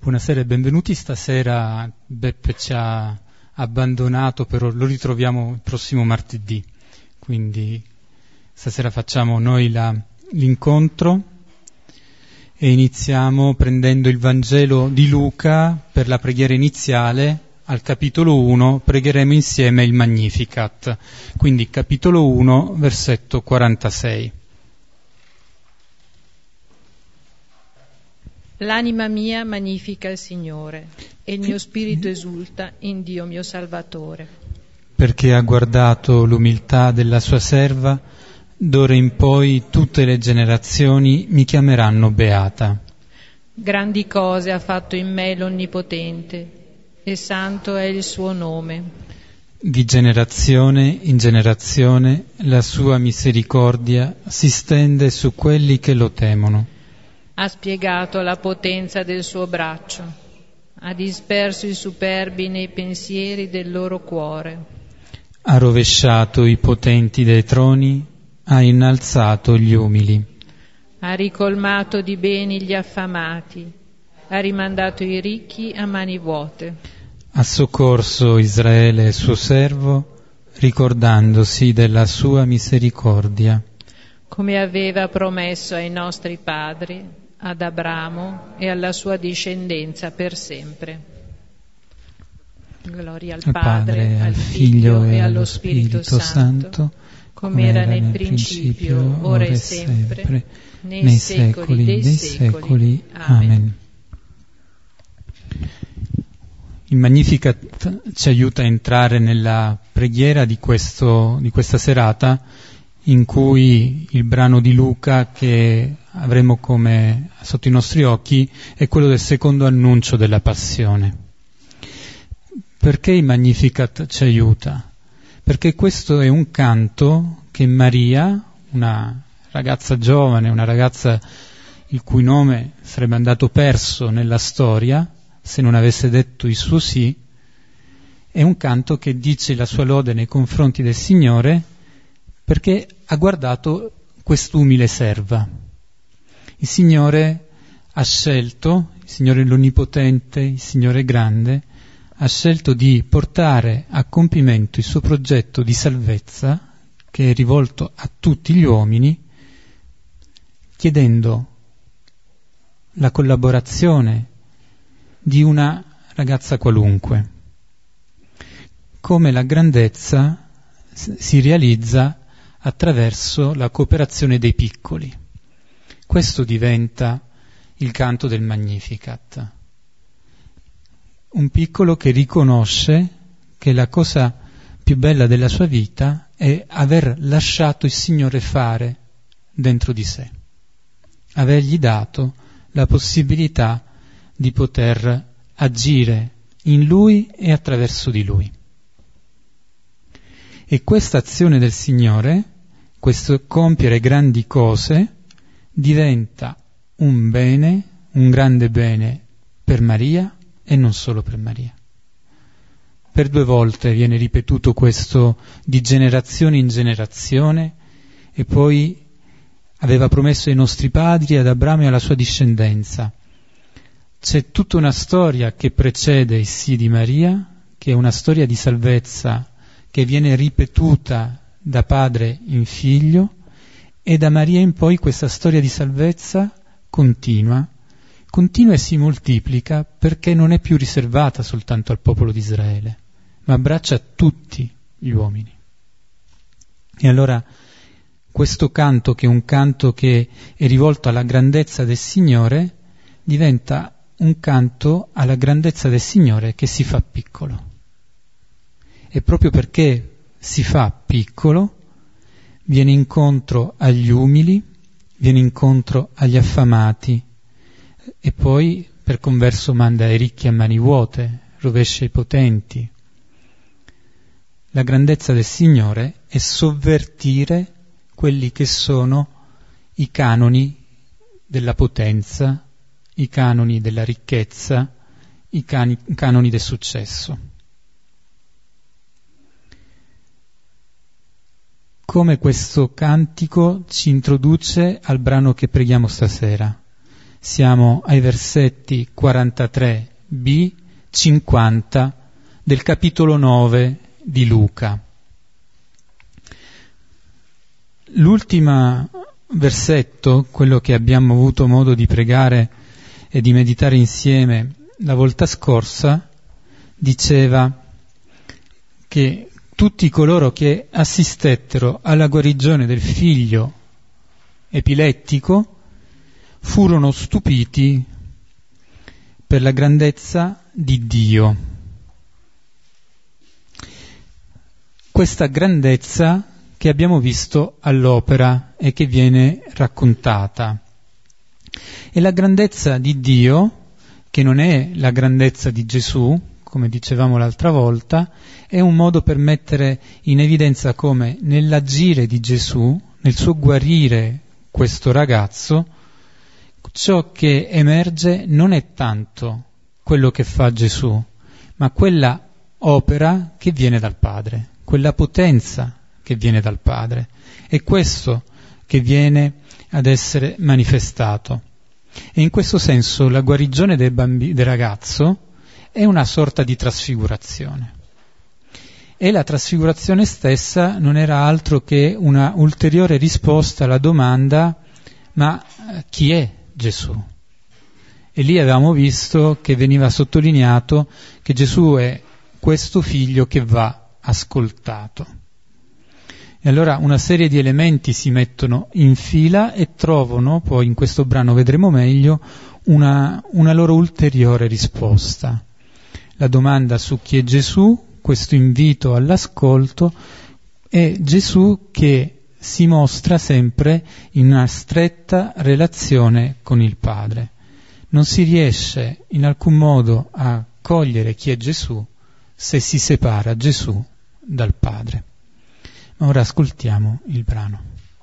Buonasera e benvenuti. Stasera Beppe ci ha abbandonato, però lo ritroviamo il prossimo martedì. Quindi stasera facciamo noi l'incontro e iniziamo prendendo il Vangelo di Luca per la preghiera iniziale. Al capitolo 1 pregheremo insieme il Magnificat. Quindi capitolo 1, versetto 46. L'anima mia magnifica il Signore, e il mio spirito esulta in Dio mio Salvatore. Perché ha guardato l'umiltà della sua serva, d'ora in poi tutte le generazioni mi chiameranno beata. Grandi cose ha fatto in me l'Onnipotente, e santo è il suo nome. Di generazione in generazione la sua misericordia si stende su quelli che lo temono. Ha spiegato la potenza del suo braccio, ha disperso i superbi nei pensieri del loro cuore. Ha rovesciato i potenti dai troni, ha innalzato gli umili. Ha ricolmato di beni gli affamati, ha rimandato i ricchi a mani vuote. Ha soccorso Israele suo servo, ricordandosi della sua misericordia. Come aveva promesso ai nostri padri, ad Abramo e alla sua discendenza per sempre. Gloria al Padre, al Figlio e allo Spirito Santo, come era nel principio, ora e sempre, nei secoli dei secoli. Amen. Il Magnificat ci aiuta a entrare nella preghiera di questa serata, in cui il brano di Luca che avremo come sotto i nostri occhi è quello del secondo annuncio della Passione. Perché il Magnificat ci aiuta? Perché questo è un canto che Maria, una ragazza giovane, una ragazza il cui nome sarebbe andato perso nella storia se non avesse detto il suo sì, è un canto che dice la sua lode nei confronti del Signore perché ha guardato quest'umile serva. Il Signore ha scelto, il Signore l'Onnipotente, il Signore Grande, ha scelto di portare a compimento il suo progetto di salvezza, che è rivolto a tutti gli uomini, chiedendo la collaborazione di una ragazza qualunque. Come la grandezza si realizza attraverso la cooperazione dei piccoli. Questo diventa il canto del Magnificat. Un piccolo che riconosce che la cosa più bella della sua vita è aver lasciato il Signore fare dentro di sé, avergli dato la possibilità di poter agire in Lui e attraverso di Lui. E questa azione del Signore, questo compiere grandi cose, diventa un bene, un grande bene per Maria e non solo per Maria. Per 2 volte viene ripetuto questo di generazione in generazione, e poi aveva promesso ai nostri padri, ad Abramo e alla sua discendenza. C'è tutta una storia che precede il sì di Maria, che è una storia di salvezza che viene ripetuta da padre in figlio, e da Maria in poi questa storia di salvezza continua e si moltiplica perché non è più riservata soltanto al popolo di Israele, ma abbraccia tutti gli uomini. E allora questo canto, che è un canto che è rivolto alla grandezza del Signore, diventa un canto alla grandezza del Signore che si fa piccolo. E proprio perché si fa piccolo, viene incontro agli umili, viene incontro agli affamati, e poi per converso manda i ricchi a mani vuote, rovescia i potenti. La grandezza del Signore è sovvertire quelli che sono i canoni della potenza, i canoni della ricchezza, i canoni del successo. Come questo cantico ci introduce al brano che preghiamo stasera. Siamo ai versetti 43b, 50 del capitolo 9 di Luca. L'ultimo versetto, quello che abbiamo avuto modo di pregare e di meditare insieme la volta scorsa, diceva che tutti coloro che assistettero alla guarigione del figlio epilettico furono stupiti per la grandezza di Dio. Questa grandezza che abbiamo visto all'opera e che viene raccontata. E la grandezza di Dio, che non è la grandezza di Gesù, come dicevamo l'altra volta, è un modo per mettere in evidenza come nell'agire di Gesù, nel suo guarire questo ragazzo, ciò che emerge non è tanto quello che fa Gesù, ma quella opera che viene dal Padre, quella potenza che viene dal Padre. È questo che viene ad essere manifestato. E in questo senso la guarigione del ragazzo è una sorta di trasfigurazione. E la trasfigurazione stessa non era altro che una ulteriore risposta alla domanda: ma chi è Gesù? E lì avevamo visto che veniva sottolineato che Gesù è questo figlio che va ascoltato. E allora una serie di elementi si mettono in fila e trovano, poi in questo brano vedremo meglio, una loro ulteriore risposta. La domanda su chi è Gesù, questo invito all'ascolto, è Gesù che si mostra sempre in una stretta relazione con il Padre. Non si riesce in alcun modo a cogliere chi è Gesù se si separa Gesù dal Padre. Ma ora ascoltiamo il brano.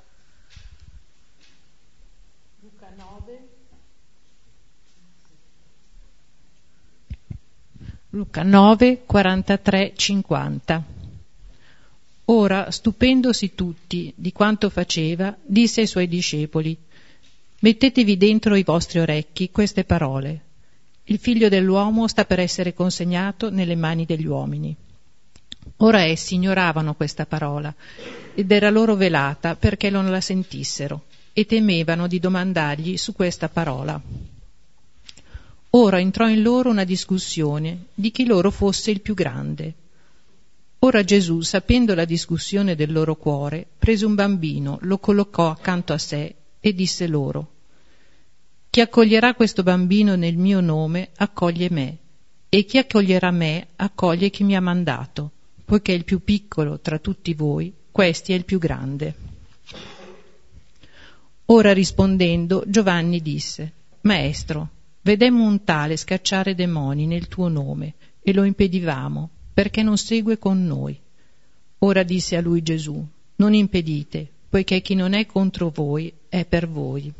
Luca 9, 43, 50. Ora, stupendosi tutti di quanto faceva, disse ai suoi discepoli: mettetevi dentro i vostri orecchi queste parole. Il figlio dell'uomo sta per essere consegnato nelle mani degli uomini. Ora essi ignoravano questa parola ed era loro velata perché non la sentissero e temevano di domandargli su questa parola. Ora entrò in loro una discussione di chi loro fosse il più grande. Ora Gesù, sapendo la discussione del loro cuore, prese un bambino, lo collocò accanto a sé e disse loro: chi accoglierà questo bambino nel mio nome accoglie me, e chi accoglierà me accoglie chi mi ha mandato, poiché il più piccolo tra tutti voi, questi è il più grande. Ora rispondendo, Giovanni disse: Maestro, vedemmo un tale scacciare demoni nel tuo nome, e lo impedivamo, perché non segue con noi. Ora disse a lui Gesù: non impedite, poiché chi non è contro voi è per voi.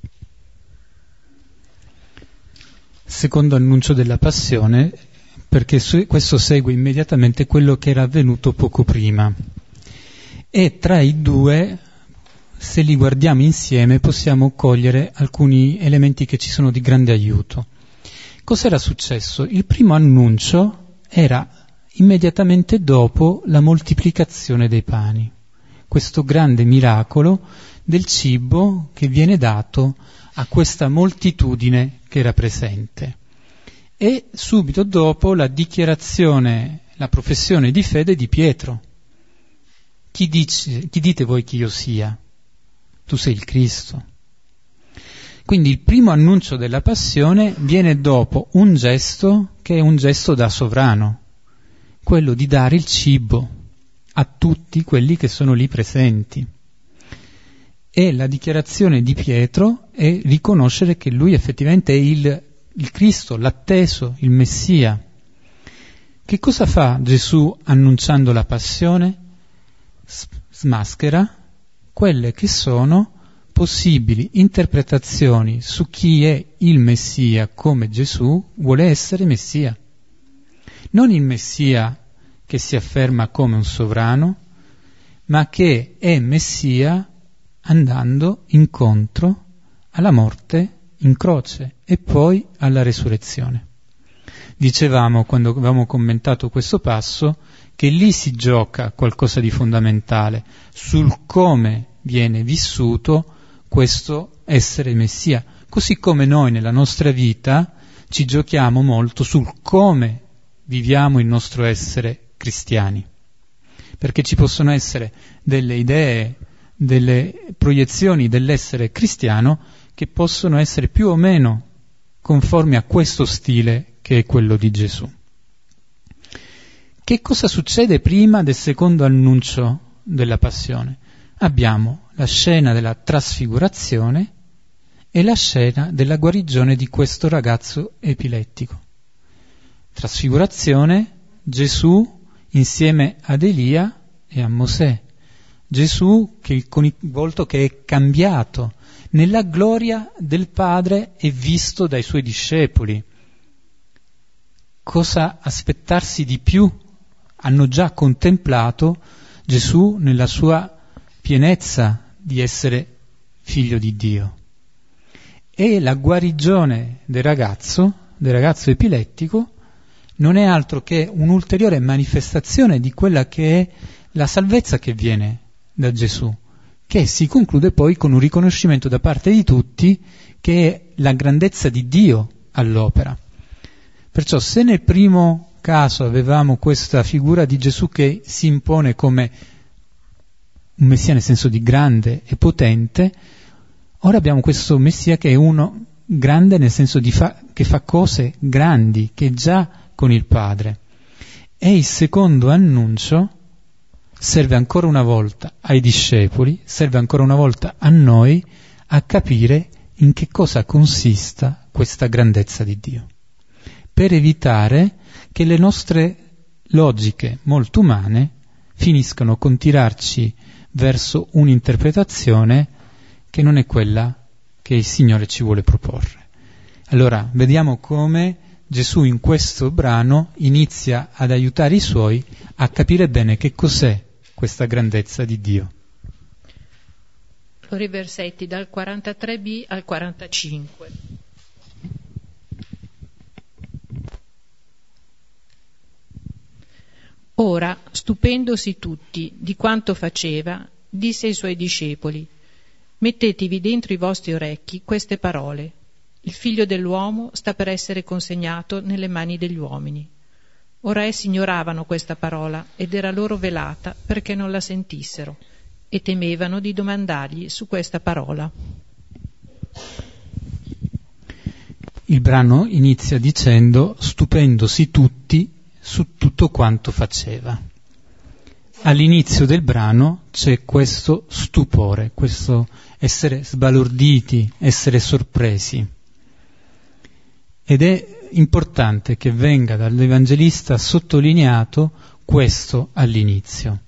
Secondo annuncio della passione, perché questo segue immediatamente quello che era avvenuto poco prima. E tra i due, se li guardiamo insieme, possiamo cogliere alcuni elementi che ci sono di grande aiuto. Cos'era successo? Il primo annuncio era immediatamente dopo la moltiplicazione dei pani, questo grande miracolo del cibo che viene dato a questa moltitudine che era presente. E subito dopo la dichiarazione, la professione di fede di Pietro. Chi dite voi che io sia? Tu sei il Cristo. Quindi il primo annuncio della passione viene dopo un gesto che è un gesto da sovrano, quello di dare il cibo a tutti quelli che sono lì presenti. E la dichiarazione di Pietro è riconoscere che lui effettivamente è il Cristo, l'atteso, il Messia. Che cosa fa Gesù annunciando la passione? Smaschera quelle che sono possibili interpretazioni su chi è il Messia come Gesù vuole essere Messia. Non il Messia che si afferma come un sovrano, ma che è Messia andando incontro alla morte in croce e poi alla resurrezione. Dicevamo, quando avevamo commentato questo passo, che lì si gioca qualcosa di fondamentale sul come viene vissuto questo essere Messia, così come noi nella nostra vita ci giochiamo molto sul come viviamo il nostro essere cristiani, perché ci possono essere delle idee, delle proiezioni dell'essere cristiano che possono essere più o meno conformi a questo stile che è quello di Gesù. Che cosa succede prima del secondo annuncio della passione? Abbiamo la scena della trasfigurazione e la scena della guarigione di questo ragazzo epilettico. Trasfigurazione, Gesù insieme ad Elia e a Mosè. Gesù con il volto che è cambiato, nella gloria del Padre è visto dai suoi discepoli. Cosa aspettarsi di più? Hanno già contemplato Gesù nella sua pienezza di essere figlio di Dio. E la guarigione del ragazzo epilettico, non è altro che un'ulteriore manifestazione di quella che è la salvezza che viene da Gesù, che si conclude poi con un riconoscimento da parte di tutti che è la grandezza di Dio all'opera. Perciò se nel primo caso avevamo questa figura di Gesù che si impone come un Messia nel senso di grande e potente, ora abbiamo questo Messia che è uno grande nel senso di che fa cose grandi, che è già con il Padre. E il secondo annuncio serve ancora una volta ai discepoli, serve ancora una volta a noi a capire in che cosa consista questa grandezza di Dio, per evitare che le nostre logiche molto umane finiscano con tirarci verso un'interpretazione che non è quella che il Signore ci vuole proporre. Allora, vediamo come Gesù in questo brano inizia ad aiutare i Suoi a capire bene che cos'è questa grandezza di Dio. Allora, i versetti dal 43b al 45. Ora, stupendosi tutti di quanto faceva, disse ai Suoi discepoli: mettetevi dentro i vostri orecchi queste parole. Il figlio dell'uomo sta per essere consegnato nelle mani degli uomini. Ora essi ignoravano questa parola ed era loro velata perché non la sentissero e temevano di domandargli su questa parola. Il brano inizia dicendo stupendosi tutti su tutto quanto faceva. All'inizio del brano c'è questo stupore, questo essere sbalorditi, essere sorpresi. Ed è importante che venga dall'Evangelista sottolineato questo all'inizio,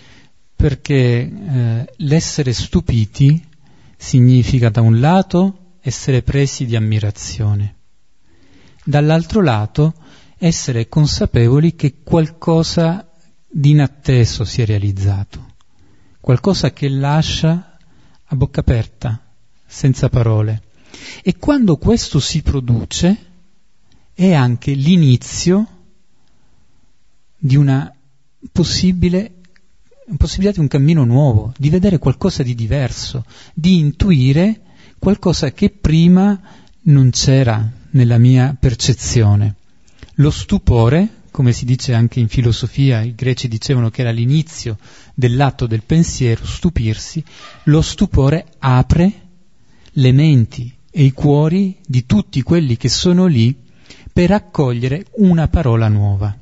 perché l'essere stupiti significa da un lato essere presi di ammirazione, dall'altro lato essere consapevoli che qualcosa di inatteso si è realizzato, qualcosa che lascia a bocca aperta, senza parole. E quando questo si produce è anche l'inizio di una possibilità di un cammino nuovo, di vedere qualcosa di diverso, di intuire qualcosa che prima non c'era nella mia percezione. Lo stupore, come si dice anche in filosofia, i greci dicevano che era l'inizio dell'atto del pensiero, stupirsi, lo stupore apre le menti e i cuori di tutti quelli che sono lì per accogliere una parola nuova.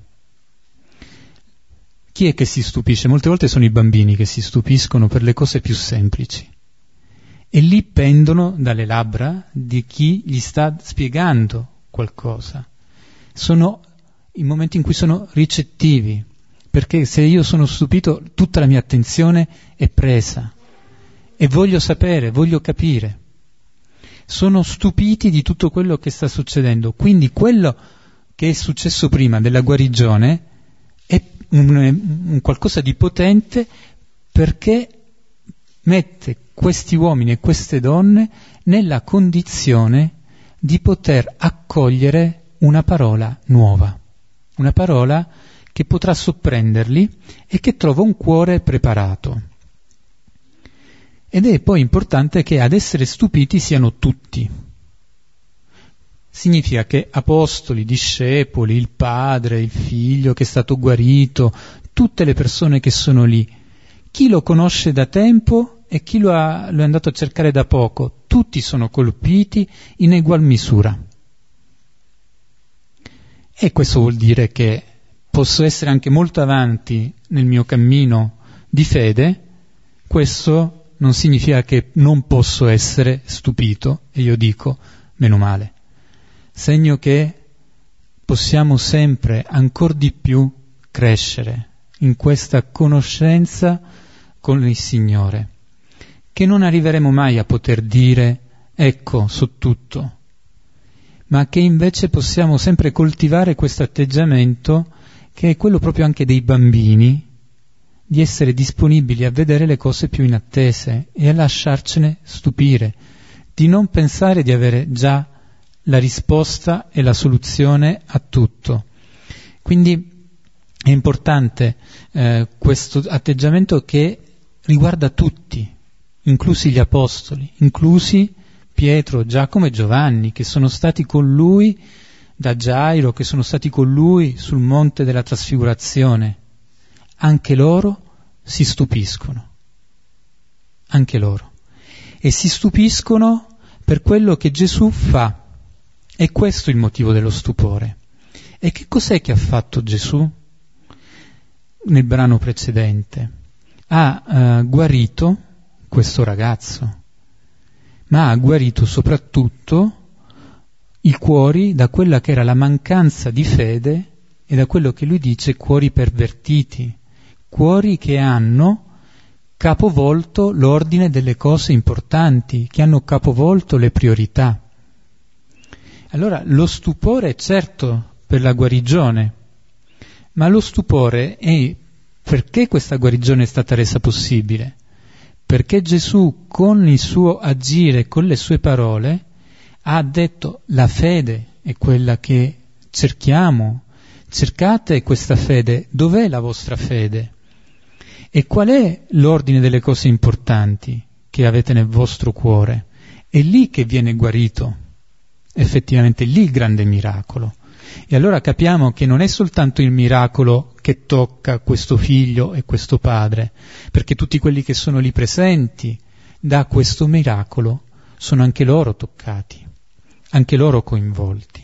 Chi è che si stupisce? Molte volte sono i bambini che si stupiscono per le cose più semplici e lì pendono dalle labbra di chi gli sta spiegando qualcosa. Sono i momenti in cui sono ricettivi, perché se io sono stupito tutta la mia attenzione è presa e voglio sapere, voglio capire. Sono stupiti di tutto quello che sta succedendo, quindi quello che è successo prima della guarigione è un qualcosa di potente, perché mette questi uomini e queste donne nella condizione di poter accogliere una parola nuova, una parola che potrà sorprenderli e che trova un cuore preparato. Ed è poi importante che ad essere stupiti siano tutti. Significa che apostoli, discepoli, il padre, il figlio che è stato guarito, tutte le persone che sono lì, chi lo conosce da tempo e chi lo è andato a cercare da poco, tutti sono colpiti in egual misura. E questo vuol dire che posso essere anche molto avanti nel mio cammino di fede, questo non significa che non posso essere stupito, e io dico, meno male. Segno che possiamo sempre ancor di più crescere in questa conoscenza con il Signore, che non arriveremo mai a poter dire ecco, so tutto, ma che invece possiamo sempre coltivare questo atteggiamento che è quello proprio anche dei bambini, di essere disponibili a vedere le cose più inattese e a lasciarcene stupire, di non pensare di avere già la risposta e la soluzione a tutto. Quindi è importante questo atteggiamento che riguarda tutti, inclusi gli apostoli, inclusi Pietro, Giacomo e Giovanni, che sono stati con lui da Gairo, che sono stati con lui sul monte della trasfigurazione. Anche loro si stupiscono, anche loro, e si stupiscono per quello che Gesù fa. E questo è il motivo dello stupore. E che cos'è che ha fatto Gesù? Nel brano precedente ha guarito questo ragazzo, ma ha guarito soprattutto i cuori da quella che era la mancanza di fede e da quello che lui dice cuori pervertiti, cuori che hanno capovolto l'ordine delle cose importanti, che hanno capovolto le priorità. Allora lo stupore è certo per la guarigione, ma lo stupore è perché questa guarigione è stata resa possibile? Perché Gesù con il suo agire, con le sue parole, ha detto la fede è quella che cerchiamo, cercate questa fede, dov'è la vostra fede? E qual è l'ordine delle cose importanti che avete nel vostro cuore? È lì che viene guarito, effettivamente lì il grande miracolo. E allora capiamo che non è soltanto il miracolo che tocca questo figlio e questo padre, perché tutti quelli che sono lì presenti da questo miracolo sono anche loro toccati, anche loro coinvolti.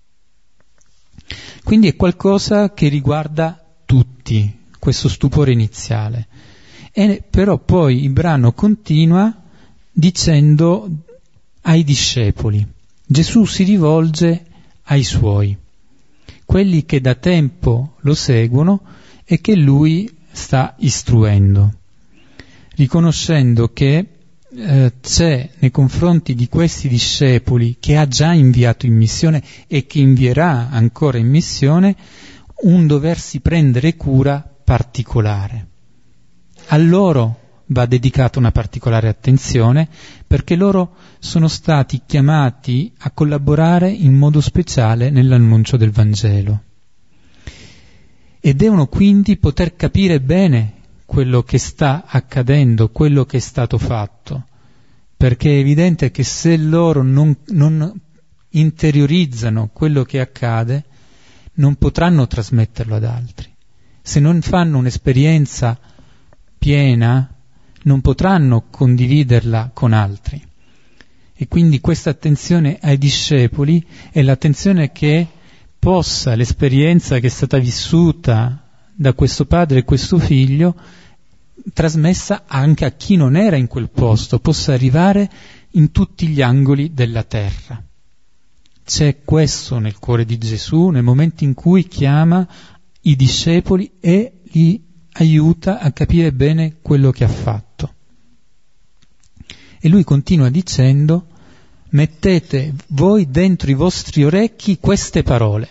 Quindi è qualcosa che riguarda tutti, questo stupore iniziale. E però poi il brano continua dicendo ai discepoli. Gesù si rivolge ai suoi, quelli che da tempo lo seguono e che lui sta istruendo, riconoscendo che c'è nei confronti di questi discepoli che ha già inviato in missione e che invierà ancora in missione un doversi prendere cura particolare. A loro va dedicata una particolare attenzione perché loro sono stati chiamati a collaborare in modo speciale nell'annuncio del Vangelo e devono quindi poter capire bene quello che sta accadendo, quello che è stato fatto, perché è evidente che se loro non interiorizzano quello che accade non potranno trasmetterlo ad altri. Se non fanno un'esperienza piena non potranno condividerla con altri. E quindi questa attenzione ai discepoli è l'attenzione che possa l'esperienza che è stata vissuta da questo padre e questo figlio, trasmessa anche a chi non era in quel posto, possa arrivare in tutti gli angoli della terra. C'è questo nel cuore di Gesù nel momento in cui chiama i discepoli e li aiuta a capire bene quello che ha fatto. E lui continua dicendo: mettete voi dentro i vostri orecchi queste parole,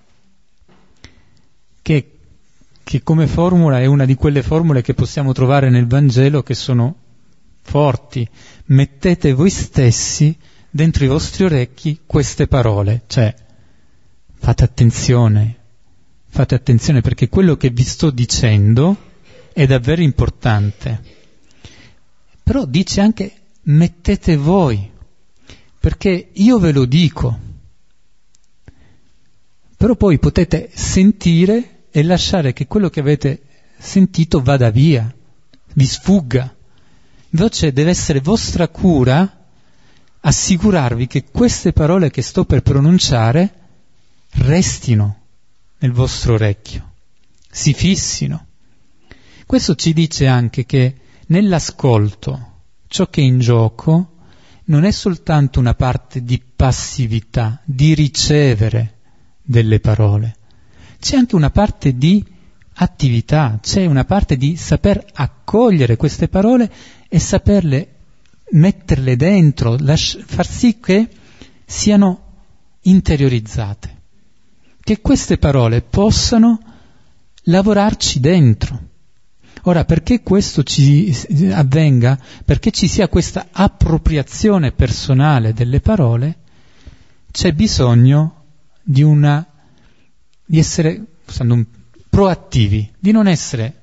che come formula è una di quelle formule che possiamo trovare nel Vangelo che sono forti. Mettete voi stessi dentro i vostri orecchi queste parole, cioè fate attenzione perché quello che vi sto dicendo è davvero importante. Però dice anche mettete voi, perché io ve lo dico, però poi potete sentire e lasciare che quello che avete sentito vada via, vi sfugga. Invece deve essere vostra cura assicurarvi che queste parole che sto per pronunciare restino nel vostro orecchio, si fissino. Questo ci dice anche che nell'ascolto ciò che è in gioco non è soltanto una parte di passività, di ricevere delle parole, c'è anche una parte di attività, c'è una parte di saper accogliere queste parole e saperle metterle dentro, far sì che siano interiorizzate, che queste parole possano lavorarci dentro. Ora, perché questo ci avvenga, perché ci sia questa appropriazione personale delle parole, c'è bisogno di essere proattivi, di non essere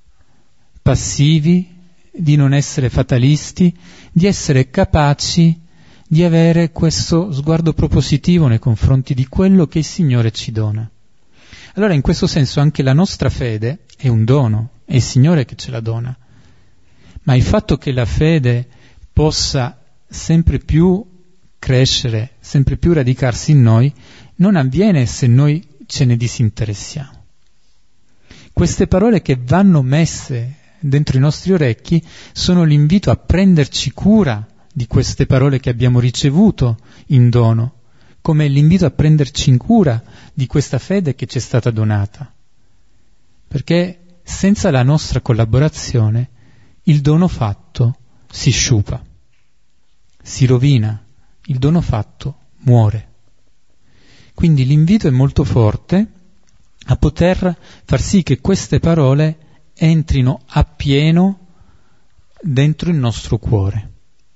passivi, di non essere fatalisti, di essere capaci di avere questo sguardo propositivo nei confronti di quello che il Signore ci dona. Allora, in questo senso, anche la nostra fede è un dono, è il Signore che ce la dona. Ma il fatto che la fede possa sempre più crescere, sempre più radicarsi in noi, non avviene se noi ce ne disinteressiamo. Queste parole che vanno messe dentro i nostri orecchi sono l'invito a prenderci cura di queste parole che abbiamo ricevuto in dono, come l'invito a prenderci in cura di questa fede che ci è stata donata. Perché senza la nostra collaborazione il dono fatto si sciupa, si rovina, il dono fatto muore. Quindi l'invito è molto forte a poter far sì che queste parole entrino appieno dentro il nostro cuore.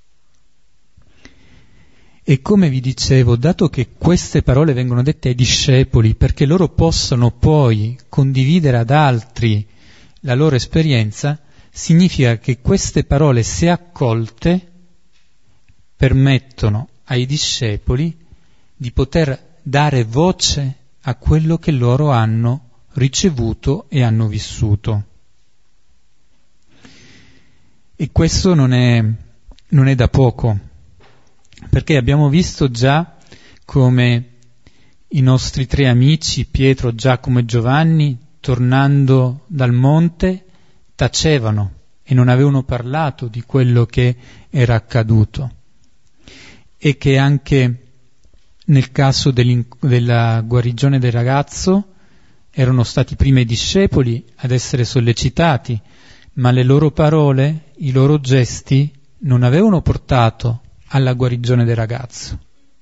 E come vi dicevo, dato che queste parole vengono dette ai discepoli perché loro possano poi condividere ad altri la loro esperienza, significa che queste parole, se accolte, permettono ai discepoli di poter dare voce a quello che loro hanno ricevuto e hanno vissuto. E questo non è da poco, perché abbiamo visto già come i nostri tre amici, Pietro, Giacomo e Giovanni, tornando dal monte, tacevano e non avevano parlato di quello che era accaduto. E che anche nel caso della guarigione del ragazzo erano stati prima i discepoli ad essere sollecitati, ma le loro parole, i loro gesti non avevano portato alla guarigione del ragazzo.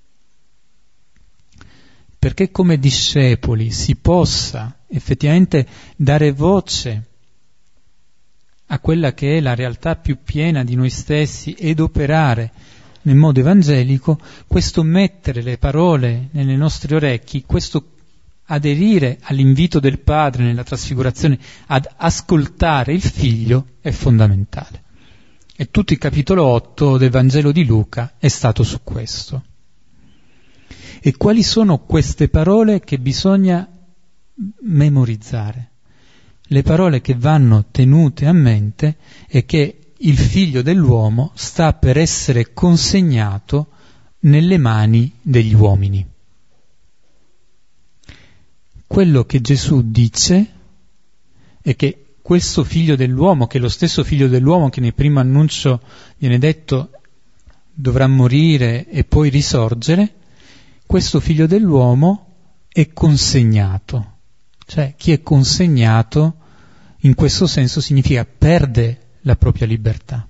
Perché come discepoli si possa effettivamente dare voce a quella che è la realtà più piena di noi stessi ed operare nel modo evangelico, questo mettere le parole nei nostri orecchi, questo aderire all'invito del Padre nella trasfigurazione ad ascoltare il Figlio è fondamentale. E tutto il capitolo 8 del Vangelo di Luca è stato su questo. E quali sono queste parole che bisogna memorizzare? Le parole che vanno tenute a mente e che il Figlio dell'uomo sta per essere consegnato nelle mani degli uomini. Quello che Gesù dice è che questo Figlio dell'uomo, che è lo stesso Figlio dell'uomo che nel primo annuncio viene detto dovrà morire e poi risorgere, questo Figlio dell'uomo è consegnato. Cioè chi è consegnato in questo senso significa perde la propria libertà,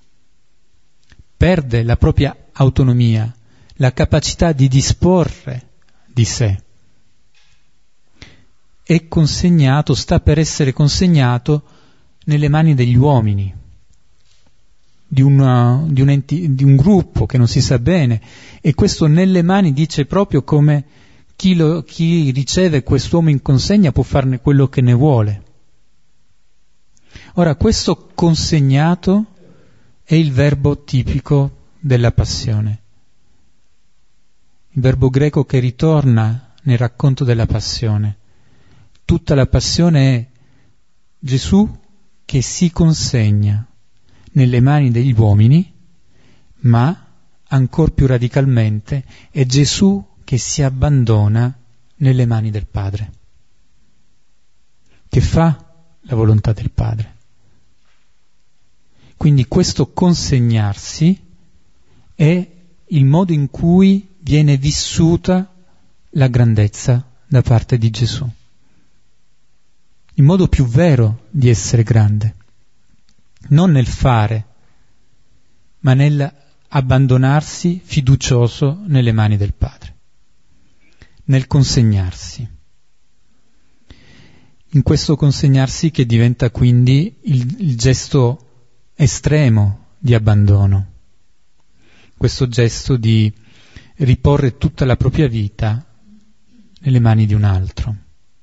perde la propria autonomia, la capacità di disporre di sé. È consegnato, sta per essere consegnato nelle mani degli uomini. di un gruppo che non si sa bene, e questo nelle mani dice proprio come chi riceve quest'uomo in consegna può farne quello che ne vuole. Ora, questo consegnato è il verbo tipico della passione, il verbo greco che ritorna nel racconto della passione. Tutta la passione è Gesù che si consegna nelle mani degli uomini, ma ancor più radicalmente è Gesù che si abbandona nelle mani del Padre, che fa la volontà del Padre. Quindi questo consegnarsi è il modo in cui viene vissuta la grandezza da parte di Gesù, il modo più vero di essere grande, non nel fare, ma nel abbandonarsi fiducioso nelle mani del Padre, nel consegnarsi. In questo consegnarsi che diventa quindi il gesto estremo di abbandono, questo gesto di riporre tutta la propria vita nelle mani di un altro.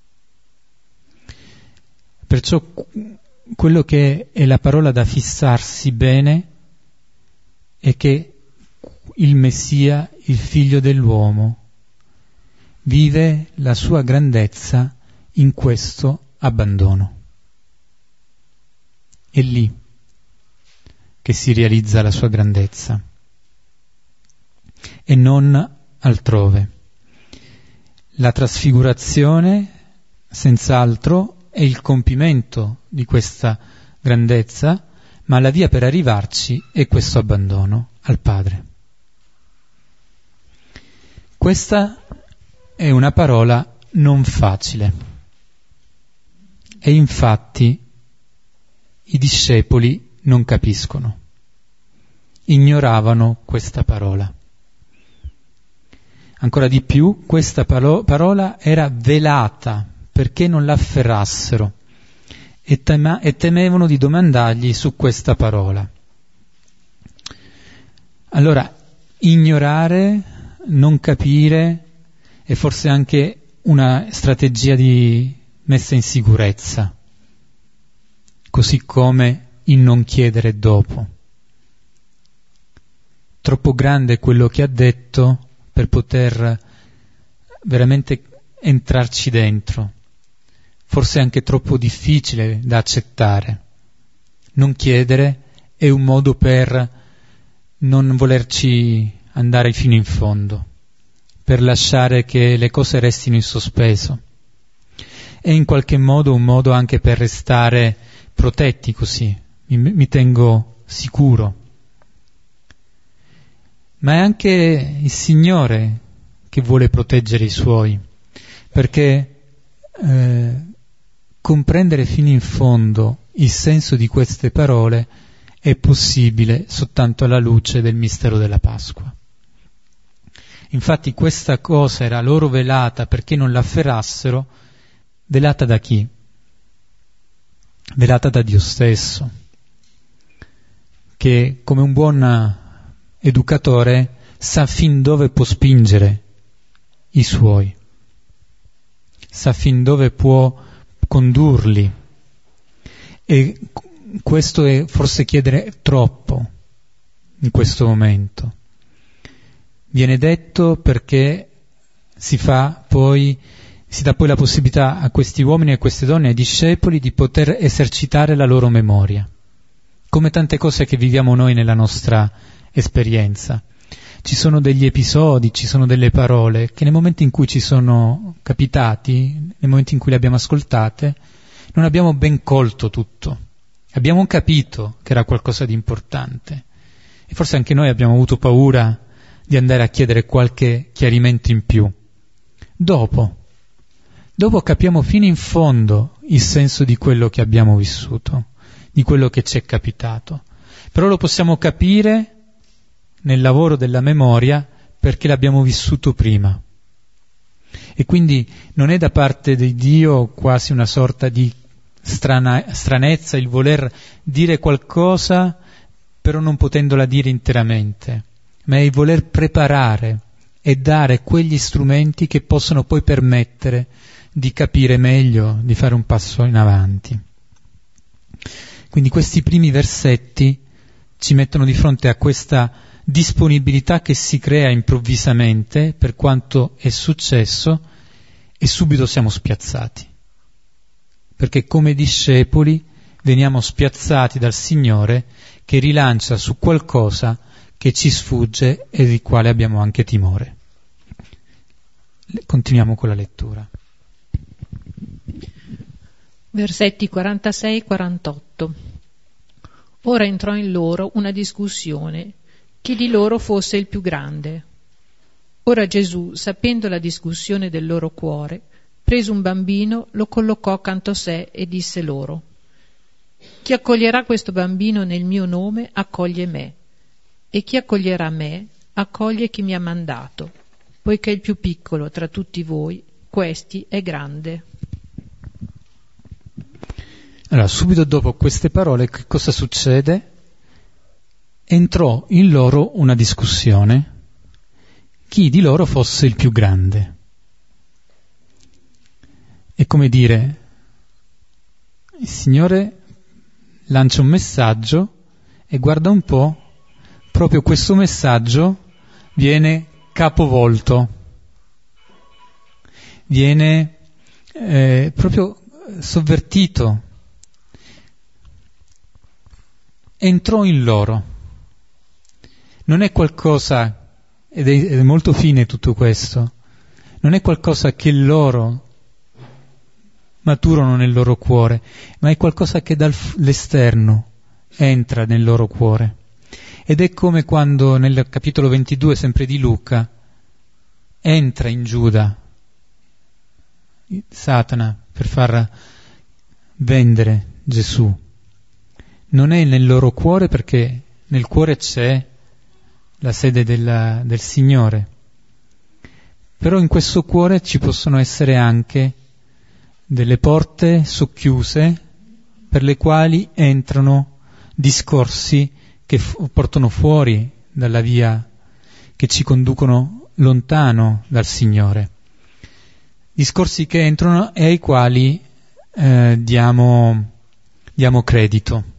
Perciò quello che è la parola da fissarsi bene è che il Messia, il Figlio dell'uomo, vive la sua grandezza in questo abbandono. È lì che si realizza la sua grandezza e non altrove. La trasfigurazione, senz'altro, è il compimento di questa grandezza, ma la via per arrivarci è questo abbandono al Padre. Questa è una parola non facile e infatti i discepoli non capiscono, ignoravano questa parola. Ancora di più, questa parola era velata perché non la afferrassero e temevano di domandargli su questa parola. Allora, ignorare, non capire è forse anche una strategia di messa in sicurezza, così come il non chiedere dopo. Troppo grande quello che ha detto per poter veramente entrarci dentro, forse anche troppo difficile da accettare. Non chiedere è un modo per non volerci andare fino in fondo, per lasciare che le cose restino in sospeso. È in qualche modo un modo anche per restare protetti, così mi tengo sicuro. Ma è anche il Signore che vuole proteggere i Suoi, perché comprendere fino in fondo il senso di queste parole è possibile soltanto alla luce del mistero della Pasqua. Infatti questa cosa era loro velata perché non la afferrassero. Velata da chi? Velata da Dio stesso, che come un buon educatore sa fin dove può spingere i Suoi, sa fin dove può condurli, e questo è forse chiedere troppo in questo momento. Viene detto perché si dà poi la possibilità a questi uomini e a queste donne, ai discepoli, di poter esercitare la loro memoria, come tante cose che viviamo noi nella nostra esperienza. Ci sono degli episodi, ci sono delle parole che nel momento in cui ci sono capitati, nel momento in cui le abbiamo ascoltate, non abbiamo ben colto tutto. Abbiamo capito che era qualcosa di importante e forse anche noi abbiamo avuto paura di andare a chiedere qualche chiarimento in più. Dopo capiamo fino in fondo il senso di quello che abbiamo vissuto, di quello che ci è capitato. Però lo possiamo capire nel lavoro della memoria perché l'abbiamo vissuto prima. E quindi non è da parte di Dio quasi una sorta di stranezza il voler dire qualcosa però non potendola dire interamente, ma è il voler preparare e dare quegli strumenti che possono poi permettere di capire meglio, di fare un passo in avanti. Quindi questi primi versetti ci mettono di fronte a questa disponibilità che si crea improvvisamente per quanto è successo e subito siamo spiazzati. Perché come discepoli veniamo spiazzati dal Signore che rilancia su qualcosa che ci sfugge e di quale abbiamo anche timore. Continuiamo con la lettura. Versetti 46-48. Ora entrò in loro una discussione, chi di loro fosse il più grande. Ora Gesù, sapendo la discussione del loro cuore, prese un bambino, lo collocò accanto a sé e disse loro: chi accoglierà questo bambino nel mio nome accoglie me, e chi accoglierà me accoglie chi mi ha mandato, poiché il più piccolo tra tutti voi, questi è grande. Allora, subito dopo queste parole, che cosa succede? Entrò in loro una discussione, chi di loro fosse il più grande. È come dire, il Signore lancia un messaggio e guarda un po', proprio questo messaggio viene capovolto, viene proprio sovvertito. Entrò in loro. Non è qualcosa, ed è molto fine tutto questo, non è qualcosa che loro maturano nel loro cuore, ma è qualcosa che dall'esterno entra nel loro cuore. Ed è come quando nel capitolo 22, sempre di Luca, entra in Giuda Satana per far vendere Gesù. Non è nel loro cuore perché nel cuore c'è la sede del Signore. Però in questo cuore ci possono essere anche delle porte socchiuse per le quali entrano discorsi che portano fuori dalla via, che ci conducono lontano dal Signore. Discorsi che entrano e ai quali diamo credito.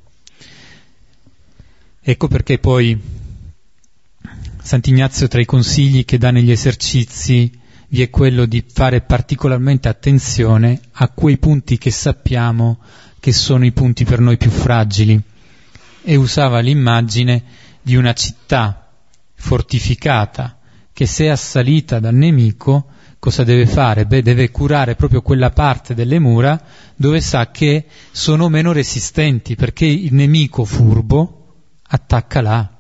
Ecco perché poi Sant'Ignazio, tra i consigli che dà negli esercizi, vi è quello di fare particolarmente attenzione a quei punti che sappiamo che sono i punti per noi più fragili, e usava l'immagine di una città fortificata che, se assalita dal nemico, cosa deve fare? Deve curare proprio quella parte delle mura dove sa che sono meno resistenti, perché il nemico furbo attacca là.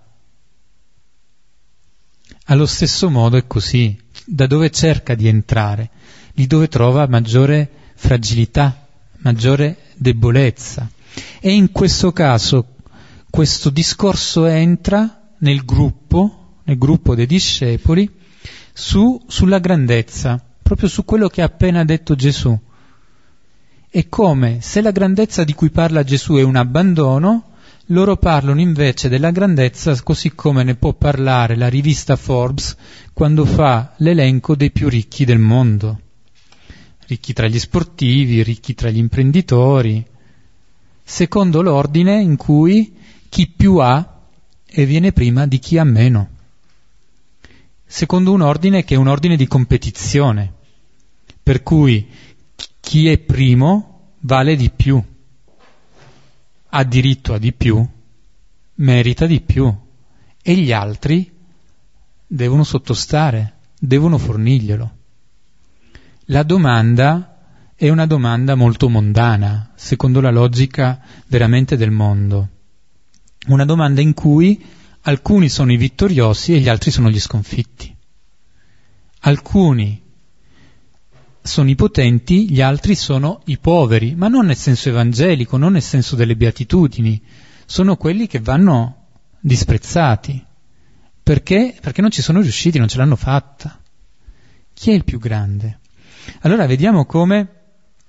Allo stesso modo è così, da dove cerca di entrare, lì dove trova maggiore fragilità, maggiore debolezza. E in questo caso questo discorso entra nel gruppo dei discepoli, sulla grandezza, proprio su quello che ha appena detto Gesù. È come se la grandezza di cui parla Gesù è un abbandono, loro parlano invece della grandezza così come ne può parlare la rivista Forbes quando fa l'elenco dei più ricchi del mondo. Ricchi tra gli sportivi, ricchi tra gli imprenditori, secondo l'ordine in cui chi più ha e viene prima di chi ha meno. Secondo un ordine che è un ordine di competizione, per cui chi è primo vale di più, ha diritto a di più, merita di più, e gli altri devono sottostare, devono fornirglielo. La domanda è una domanda molto mondana, secondo la logica veramente del mondo. Una domanda in cui alcuni sono i vittoriosi e gli altri sono gli sconfitti. Alcuni sono i potenti, gli altri sono i poveri, ma non nel senso evangelico, non nel senso delle beatitudini. Sono quelli che vanno disprezzati. Perché? Perché non ci sono riusciti, non ce l'hanno fatta. Chi è il più grande? Allora vediamo come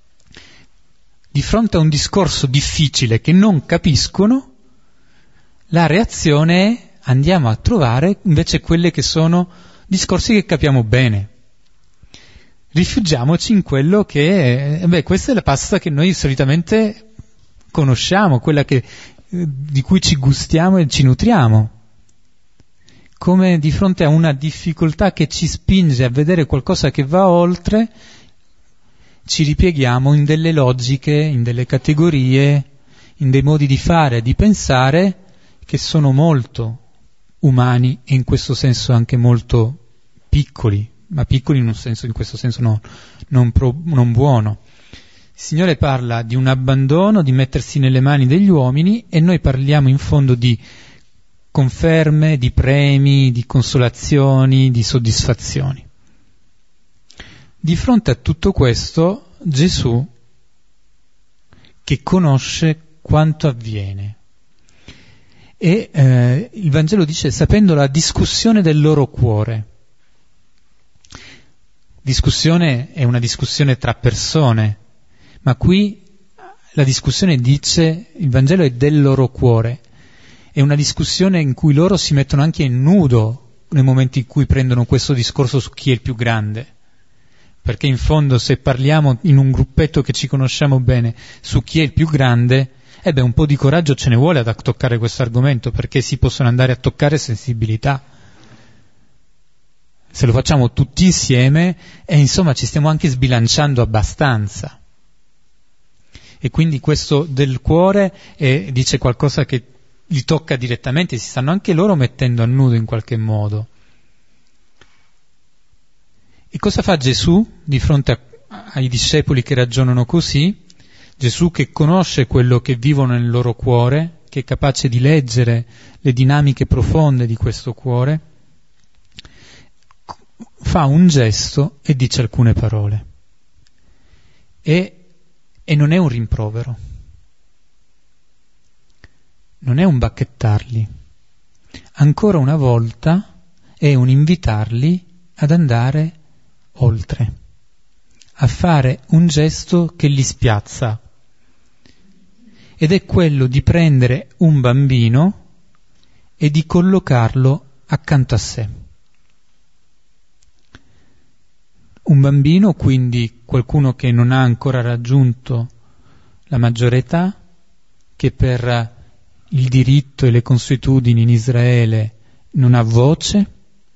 di fronte a un discorso difficile che non capiscono, La reazione è andiamo a trovare invece quelle che sono discorsi che capiamo bene. Rifugiamoci in quello che questa è la pasta che noi solitamente conosciamo, quella di cui ci gustiamo e ci nutriamo. Come di fronte a una difficoltà che ci spinge a vedere qualcosa che va oltre, ci ripieghiamo in delle logiche, in delle categorie, in dei modi di fare, di pensare che sono molto umani e in questo senso anche molto piccoli, ma piccoli in questo senso non buono. Il Signore parla di un abbandono, di mettersi nelle mani degli uomini, e noi parliamo in fondo di conferme, di premi, di consolazioni, di soddisfazioni. Di fronte a tutto questo, Gesù, che conosce quanto avviene, e il Vangelo dice, sapendo la discussione del loro cuore. Discussione è una discussione tra persone, ma qui la discussione dice, il Vangelo è del loro cuore. È una discussione in cui loro si mettono anche in nudo nel momento in cui prendono questo discorso su chi è il più grande. Perché in fondo se parliamo in un gruppetto che ci conosciamo bene su chi è il più grande, un po' di coraggio ce ne vuole ad toccare questo argomento, perché si possono andare a toccare sensibilità. Se lo facciamo tutti insieme, insomma ci stiamo anche sbilanciando abbastanza. E quindi questo del cuore dice qualcosa che li tocca direttamente, si stanno anche loro mettendo a nudo in qualche modo. E cosa fa Gesù di fronte ai discepoli che ragionano così? Gesù che conosce quello che vivono nel loro cuore, che è capace di leggere le dinamiche profonde di questo cuore, fa un gesto e dice alcune parole. E non è un rimprovero, non è un bacchettarli. Ancora una volta è un invitarli ad andare oltre, a fare un gesto che li spiazza. Ed è quello di prendere un bambino e di collocarlo accanto a sé. Un bambino, quindi qualcuno che non ha ancora raggiunto la maggiore età, che per il diritto e le consuetudini in Israele non ha voce,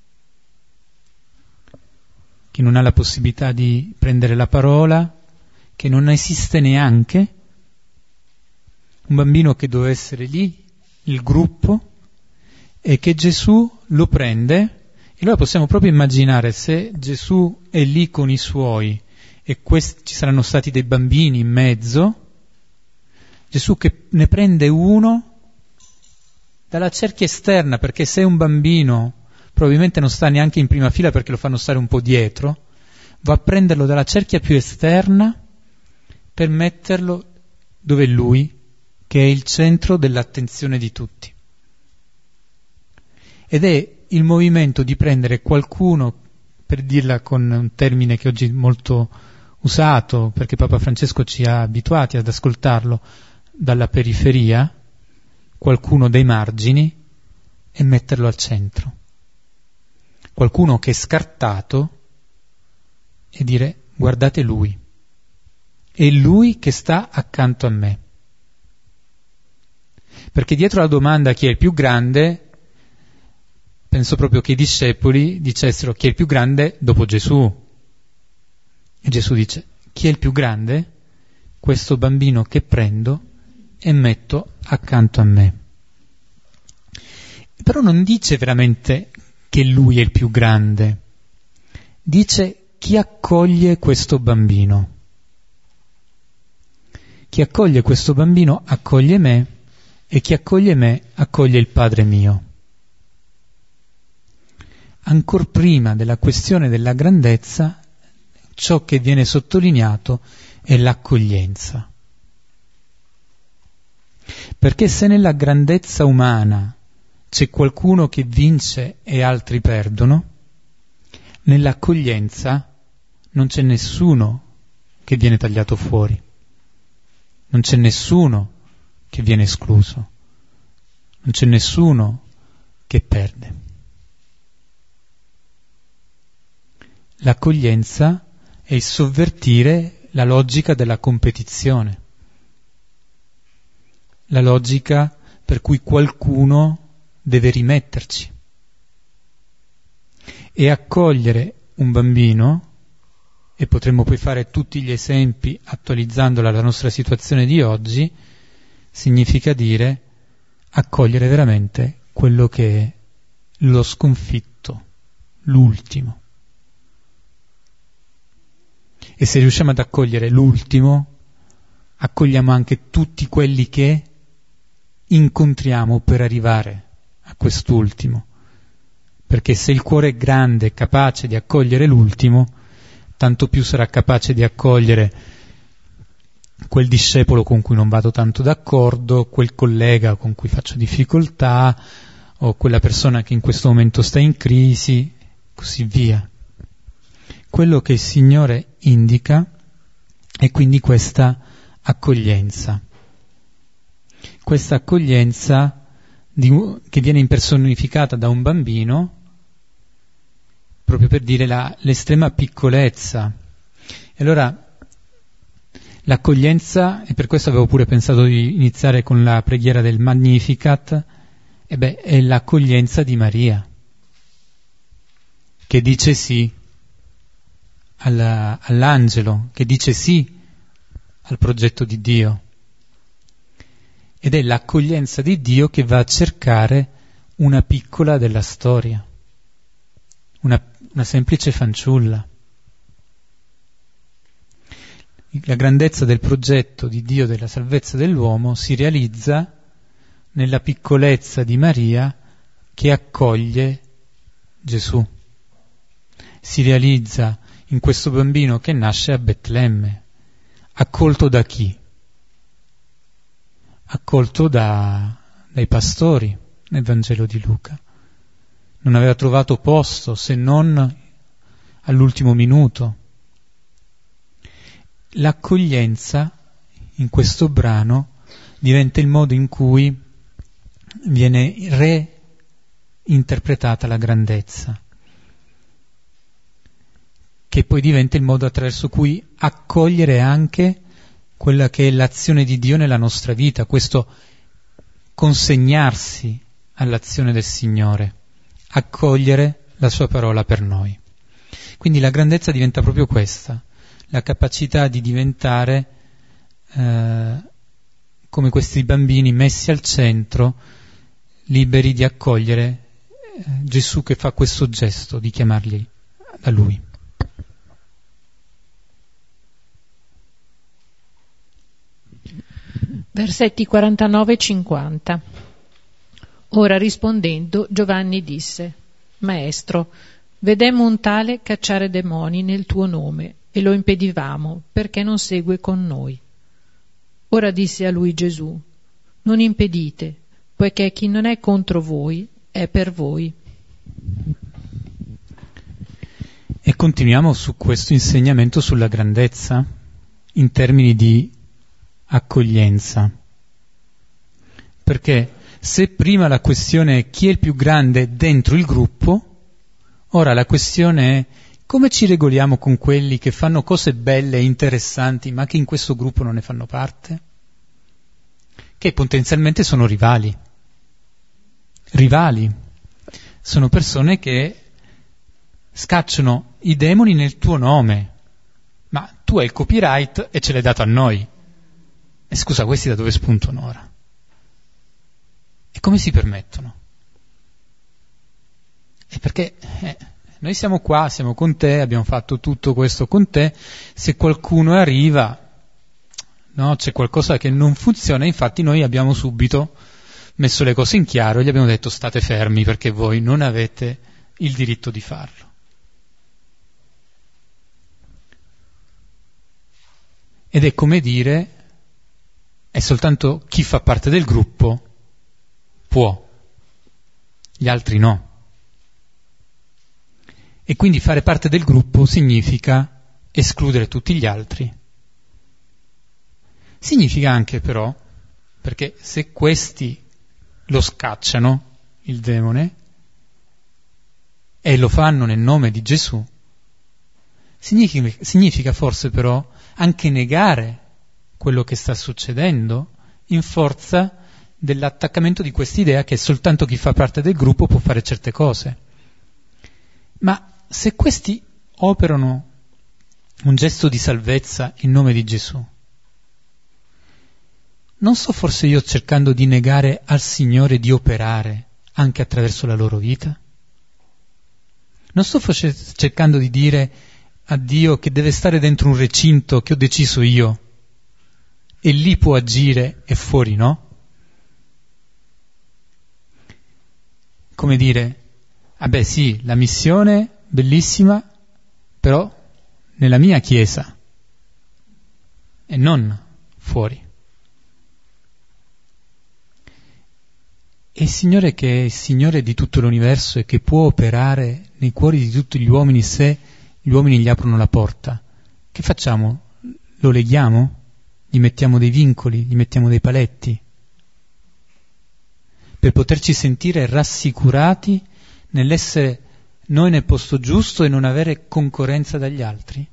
che non ha la possibilità di prendere la parola, che non esiste neanche, un bambino che doveva essere lì, il gruppo, e che Gesù lo prende. E allora possiamo proprio immaginare se Gesù è lì con i suoi e ci saranno stati dei bambini in mezzo, Gesù che ne prende uno dalla cerchia esterna, perché se è un bambino probabilmente non sta neanche in prima fila perché lo fanno stare un po' dietro, va a prenderlo dalla cerchia più esterna per metterlo dove è lui, che è il centro dell'attenzione di tutti. Ed è il movimento di prendere qualcuno, per dirla con un termine che oggi è molto usato, perché Papa Francesco ci ha abituati ad ascoltarlo, dalla periferia, qualcuno dei margini, e metterlo al centro. Qualcuno che è scartato e dire guardate lui, è lui che sta accanto a me. Perché dietro la domanda chi è il più grande, penso proprio che i discepoli dicessero chi è il più grande dopo Gesù. E Gesù dice, chi è il più grande? Questo bambino che prendo e metto accanto a me. Però non dice veramente che lui è il più grande, dice chi accoglie questo bambino. Chi accoglie questo bambino accoglie me, e chi accoglie me accoglie il Padre mio. Ancor prima della questione della grandezza, ciò che viene sottolineato è l'accoglienza. Perché se nella grandezza umana c'è qualcuno che vince e altri perdono, nell'accoglienza non c'è nessuno che viene tagliato fuori, non c'è nessuno che viene escluso, non c'è nessuno che perde. L'accoglienza è il sovvertire la logica della competizione, la logica per cui qualcuno deve rimetterci. E accogliere un bambino, e potremmo poi fare tutti gli esempi attualizzandola alla nostra situazione di oggi, significa dire accogliere veramente quello che è lo sconfitto, l'ultimo. E se riusciamo ad accogliere l'ultimo, accogliamo anche tutti quelli che incontriamo per arrivare a quest'ultimo. Perché se il cuore è grande e capace di accogliere l'ultimo, tanto più sarà capace di accogliere quel discepolo con cui non vado tanto d'accordo, quel collega con cui faccio difficoltà, o quella persona che in questo momento sta in crisi, così via. Quello che il Signore indica è quindi questa accoglienza. Questa accoglienza che viene impersonificata da un bambino, proprio per dire l'estrema piccolezza. E allora l'accoglienza, e per questo avevo pure pensato di iniziare con la preghiera del Magnificat, è l'accoglienza di Maria, che dice sì all'angelo, che dice sì al progetto di Dio. Ed è l'accoglienza di Dio che va a cercare una piccola della storia, una semplice fanciulla. La grandezza del progetto di Dio della salvezza dell'uomo si realizza nella piccolezza di Maria che accoglie Gesù. Si realizza in questo bambino che nasce a Betlemme, accolto da chi? Accolto dai pastori nel Vangelo di Luca. Non aveva trovato posto se non all'ultimo minuto. L'accoglienza in questo brano diventa il modo in cui viene reinterpretata la grandezza, che poi diventa il modo attraverso cui accogliere anche quella che è l'azione di Dio nella nostra vita, questo consegnarsi all'azione del Signore, accogliere la sua parola per noi. Quindi la grandezza diventa proprio questa, la capacità di diventare come questi bambini messi al centro, liberi di accogliere Gesù che fa questo gesto di chiamarli da Lui. Versetti 49 e 50. Ora rispondendo, Giovanni disse: Maestro, vedemmo un tale cacciare demoni nel tuo nome e lo impedivamo perché non segue con noi. Ora disse a lui Gesù: non impedite, poiché chi non è contro voi è per voi. E continuiamo su questo insegnamento sulla grandezza in termini di accoglienza, perché se prima la questione è chi è il più grande dentro il gruppo, ora la questione è come ci regoliamo con quelli che fanno cose belle e interessanti ma che in questo gruppo non ne fanno parte, che potenzialmente sono rivali, sono persone che scacciano i demoni nel tuo nome, ma tu hai il copyright e ce l'hai dato a noi. E scusa, questi da dove spuntano ora? E come si permettono? E perché noi siamo qua, siamo con te, abbiamo fatto tutto questo con te, se qualcuno arriva, no, c'è qualcosa che non funziona, infatti noi abbiamo subito messo le cose in chiaro e gli abbiamo detto state fermi perché voi non avete il diritto di farlo. Ed è come dire, è soltanto chi fa parte del gruppo può, gli altri no. E quindi fare parte del gruppo significa escludere tutti gli altri. Significa anche però, perché se questi lo scacciano, il demone, e lo fanno nel nome di Gesù, significa forse però anche negare quello che sta succedendo in forza dell'attaccamento di quest'idea che soltanto chi fa parte del gruppo può fare certe cose. Ma se questi operano un gesto di salvezza in nome di Gesù, non sto forse io cercando di negare al Signore di operare anche attraverso la loro vita? Non sto forse cercando di dire a Dio che deve stare dentro un recinto che ho deciso io e lì può agire e fuori no? Come dire, vabbè sì, la missione bellissima, però nella mia chiesa e non fuori. E il Signore che è il Signore di tutto l'universo e che può operare nei cuori di tutti gli uomini se gli uomini gli aprono la porta, che facciamo? Lo leghiamo? Gli mettiamo dei vincoli? Gli mettiamo dei paletti? Per poterci sentire rassicurati nell'essere noi nel posto giusto e non avere concorrenza dagli altri?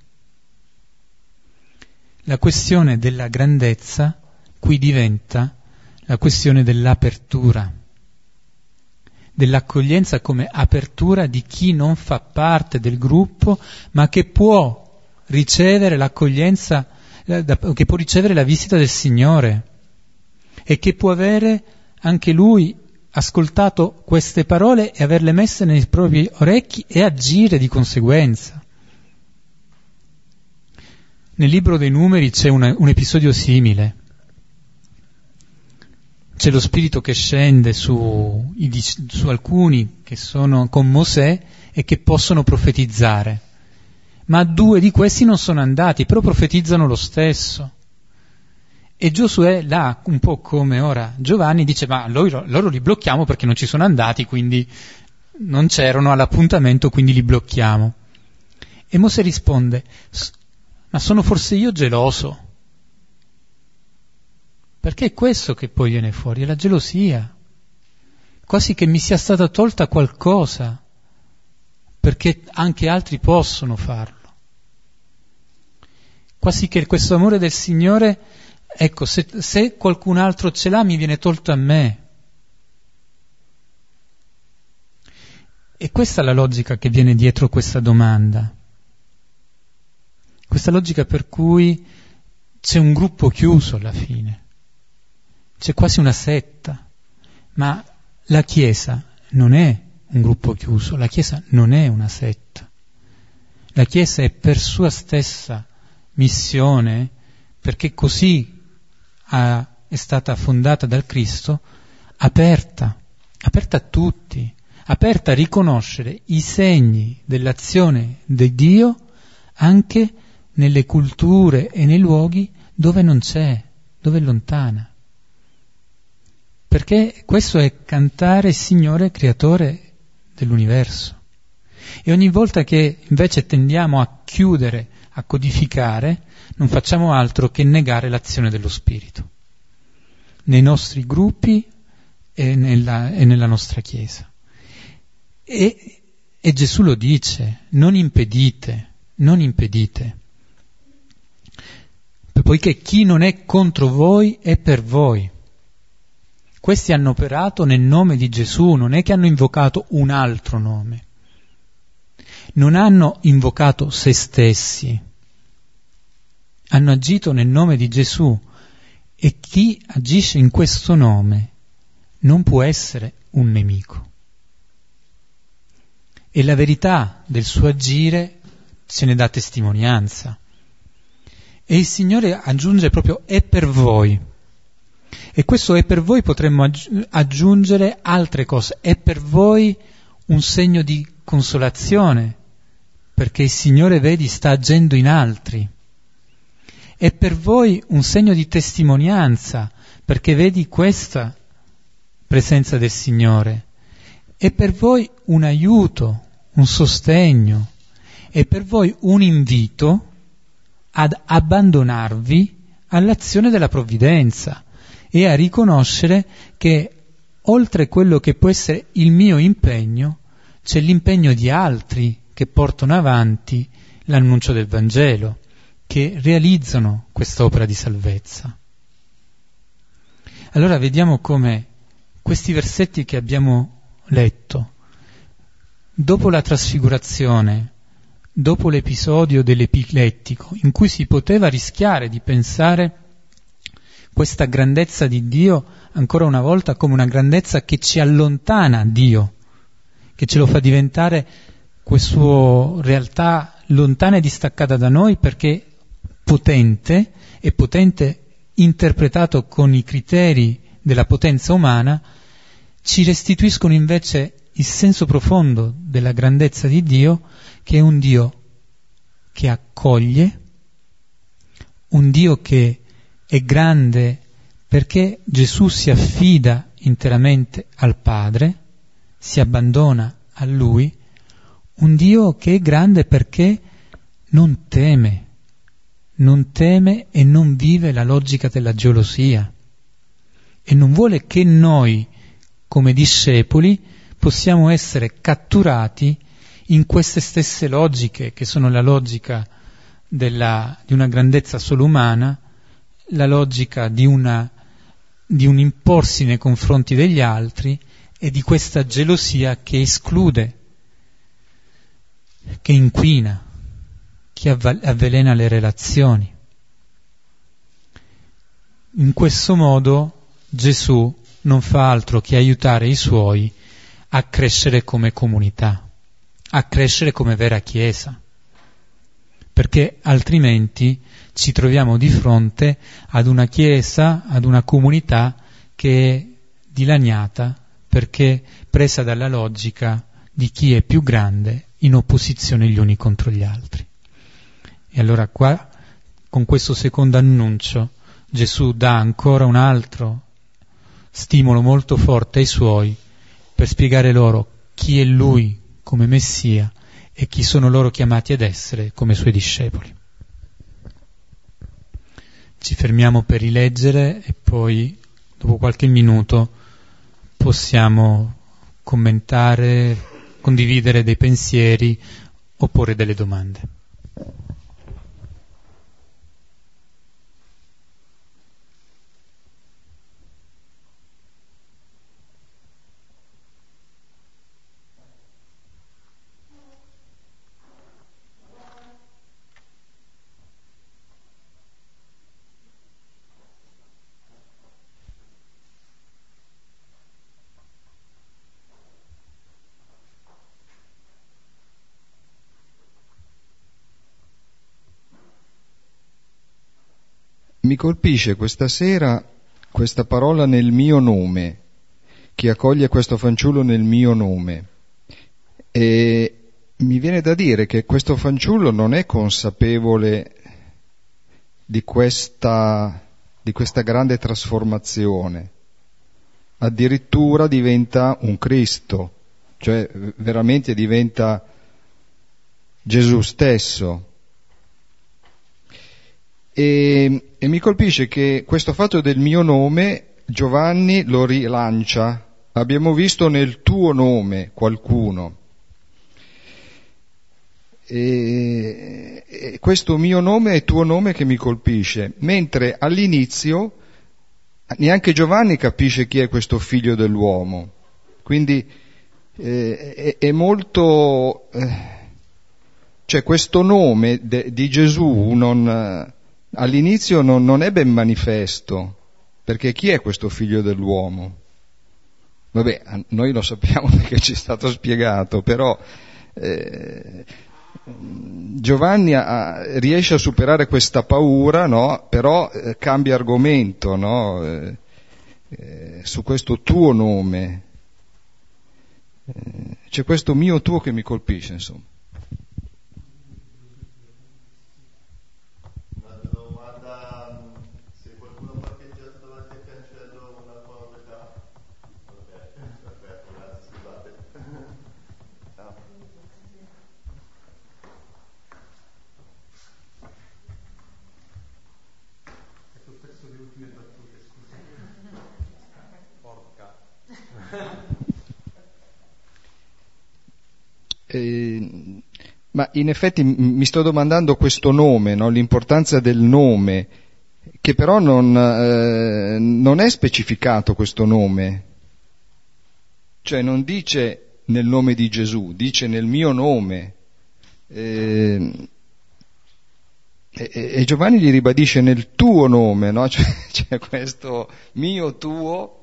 La questione della grandezza qui diventa la questione dell'apertura, dell'accoglienza come apertura di chi non fa parte del gruppo, ma che può ricevere l'accoglienza, che può ricevere la visita del Signore e che può avere anche lui ascoltato queste parole e averle messe nei propri orecchi e agire di conseguenza. Nel libro dei Numeri c'è un episodio simile. C'è lo Spirito che scende su alcuni che sono con Mosè e che possono profetizzare, ma 2 di questi non sono andati, però profetizzano lo stesso. E Giosuè là, un po' come ora Giovanni, dice ma loro li blocchiamo perché non ci sono andati, quindi non c'erano all'appuntamento, quindi li blocchiamo. E Mosè risponde, ma sono forse io geloso? Perché è questo che poi viene fuori, è la gelosia, quasi che mi sia stata tolta qualcosa, perché anche altri possono farlo. Quasi che questo amore del Signore, ecco, se qualcun altro ce l'ha, mi viene tolto a me. E questa è la logica che viene dietro questa domanda. Questa logica per cui c'è un gruppo chiuso alla fine. C'è quasi una setta, ma la Chiesa non è un gruppo chiuso, la Chiesa non è una setta. La Chiesa è per sua stessa missione, perché così è stata fondata dal Cristo, aperta a tutti, aperta a riconoscere i segni dell'azione di Dio anche nelle culture e nei luoghi dove non c'è, dove è lontana. Perché questo è cantare il Signore creatore dell'universo. E ogni volta che invece tendiamo a chiudere, a codificare, non facciamo altro che negare l'azione dello Spirito nei nostri gruppi e nella nostra Chiesa. E Gesù lo dice, non impedite, poiché chi non è contro voi è per voi. Questi hanno operato nel nome di Gesù, non è che hanno invocato un altro nome. Non hanno invocato se stessi. Hanno agito nel nome di Gesù e chi agisce in questo nome non può essere un nemico. E la verità del suo agire ce ne dà testimonianza. E il Signore aggiunge proprio è per voi. E questo è per voi potremmo aggiungere altre cose. È per voi un segno di consolazione, perché il Signore, vedi, sta agendo in altri. È per voi un segno di testimonianza, perché vedi questa presenza del Signore. È per voi un aiuto, un sostegno. È per voi un invito ad abbandonarvi all'azione della provvidenza e a riconoscere che oltre quello che può essere il mio impegno, c'è l'impegno di altri che portano avanti l'annuncio del Vangelo, che realizzano quest'opera di salvezza. Allora vediamo come questi versetti che abbiamo letto, dopo la trasfigurazione, dopo l'episodio dell'epilettico, in cui si poteva rischiare di pensare questa grandezza di Dio ancora una volta come una grandezza che ci allontana a Dio, che ce lo fa diventare questa sua realtà lontana e distaccata da noi, perché potente interpretato con i criteri della potenza umana, ci restituiscono invece il senso profondo della grandezza di Dio, che è un Dio che accoglie, un Dio che è grande perché Gesù si affida interamente al Padre, si abbandona a Lui, un Dio che è grande perché non teme e non vive la logica della gelosia e non vuole che noi, come discepoli, possiamo essere catturati in queste stesse logiche, che sono la logica di una grandezza solo umana, la logica di un imporsi nei confronti degli altri e di questa gelosia che esclude, che inquina, che avvelena le relazioni. In questo modo Gesù non fa altro che aiutare i suoi a crescere come comunità, a crescere come vera Chiesa, perché altrimenti ci troviamo di fronte ad una Chiesa, ad una comunità che è dilaniata perché presa dalla logica di chi è più grande in opposizione gli uni contro gli altri. E allora qua, con questo secondo annuncio, Gesù dà ancora un altro stimolo molto forte ai suoi per spiegare loro chi è Lui come Messia e chi sono loro chiamati ad essere come Suoi discepoli. Ci fermiamo per rileggere e poi, dopo qualche minuto, possiamo commentare, condividere dei pensieri o porre delle domande. Mi colpisce questa sera questa parola nel mio nome, chi accoglie questo fanciullo nel mio nome. E mi viene da dire che questo fanciullo non è consapevole di questa grande trasformazione, addirittura diventa un Cristo, cioè veramente diventa Gesù stesso. E mi colpisce che questo fatto del mio nome Giovanni lo rilancia. Abbiamo visto nel tuo nome qualcuno. E questo mio nome è tuo nome che mi colpisce, mentre all'inizio neanche Giovanni capisce chi è questo figlio dell'uomo. Quindi è molto... cioè questo nome di Gesù all'inizio non è ben manifesto, perché chi è questo figlio dell'uomo? Vabbè, noi lo sappiamo perché ci è stato spiegato, però Giovanni riesce a superare questa paura, no? Però cambia argomento, no? Su questo tuo nome. C'è questo mio tuo che mi colpisce, insomma. Ma in effetti mi sto domandando questo nome, no? L'importanza del nome, che però non è specificato questo nome. Cioè non dice nel nome di Gesù, dice nel mio nome. E Giovanni gli ribadisce nel tuo nome, no? Cioè questo mio, tuo,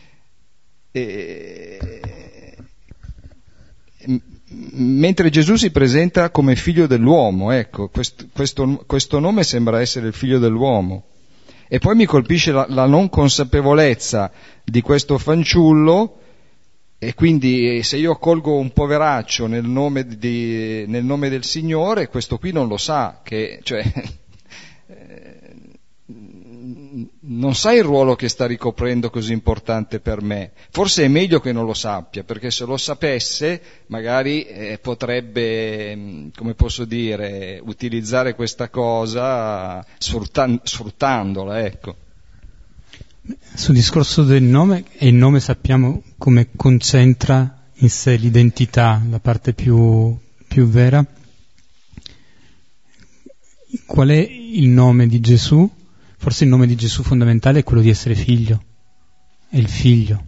mentre Gesù si presenta come figlio dell'uomo, ecco, questo nome sembra essere il figlio dell'uomo. E poi mi colpisce la non consapevolezza di questo fanciullo, e quindi se io colgo un poveraccio nel nome del Signore, questo qui non lo sa, non sa il ruolo che sta ricoprendo così importante per me. Forse è meglio che non lo sappia, perché se lo sapesse magari potrebbe, come posso dire, utilizzare questa cosa sfruttandola, ecco. Sul discorso del nome, e il nome sappiamo come concentra in sé l'identità, la parte più vera. Qual è il nome di Gesù? Forse il nome di Gesù fondamentale è quello di essere figlio, è il figlio.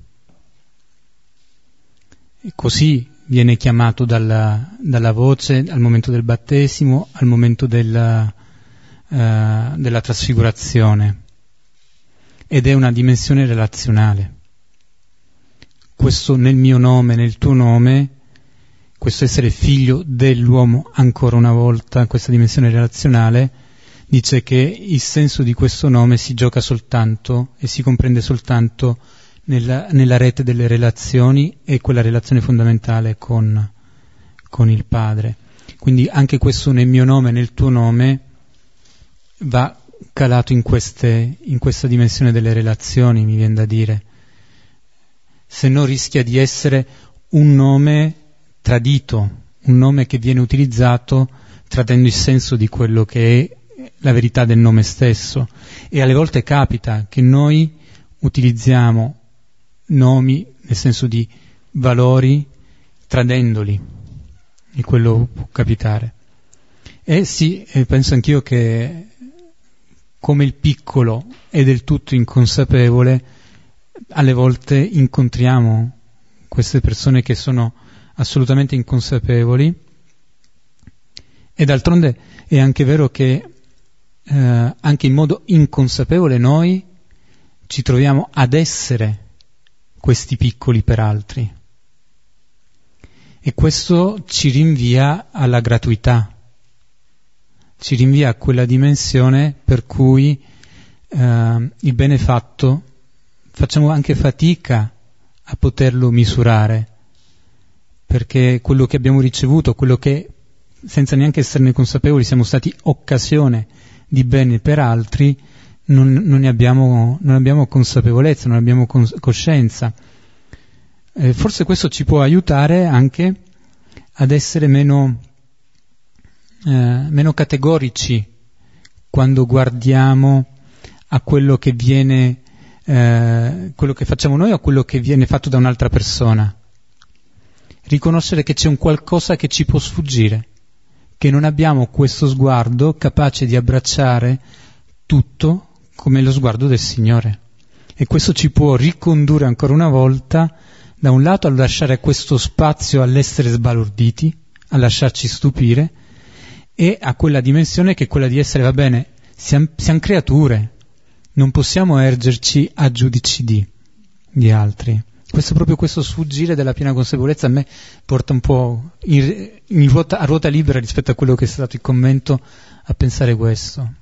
E così viene chiamato dalla voce al momento del battesimo, al momento della trasfigurazione. Ed è una dimensione relazionale. Questo nel mio nome, nel tuo nome, questo essere figlio dell'uomo, ancora una volta, questa dimensione relazionale, dice che il senso di questo nome si gioca soltanto e si comprende soltanto nella rete delle relazioni, e quella relazione fondamentale con il Padre. Quindi anche questo nel mio nome, nel tuo nome, va calato in questa dimensione delle relazioni, mi viene da dire. Se no rischia di essere un nome tradito, un nome che viene utilizzato tradendo il senso di quello che è la verità del nome stesso. E alle volte capita che noi utilizziamo nomi nel senso di valori tradendoli, e quello può capitare. E sì, penso anch'io che come il piccolo è del tutto inconsapevole, alle volte incontriamo queste persone che sono assolutamente inconsapevoli, e d'altronde è anche vero che anche in modo inconsapevole noi ci troviamo ad essere questi piccoli per altri, e questo ci rinvia alla gratuità, ci rinvia a quella dimensione per cui il benefatto facciamo anche fatica a poterlo misurare, perché quello che abbiamo ricevuto, quello che senza neanche esserne consapevoli siamo stati occasione di bene per altri, non ne abbiamo consapevolezza, non abbiamo coscienza. Forse questo ci può aiutare anche ad essere meno categorici quando guardiamo a quello che viene, quello che facciamo noi o a quello che viene fatto da un'altra persona. Riconoscere che c'è un qualcosa che ci può sfuggire, che non abbiamo questo sguardo capace di abbracciare tutto come lo sguardo del Signore. E questo ci può ricondurre ancora una volta, da un lato, a lasciare questo spazio all'essere sbalorditi, a lasciarci stupire, e a quella dimensione che è quella di essere, va bene, siamo creature, non possiamo ergerci a giudici di altri. Proprio questo sfuggire della piena consapevolezza a me porta un po' a ruota libera rispetto a quello che è stato il commento, a pensare questo.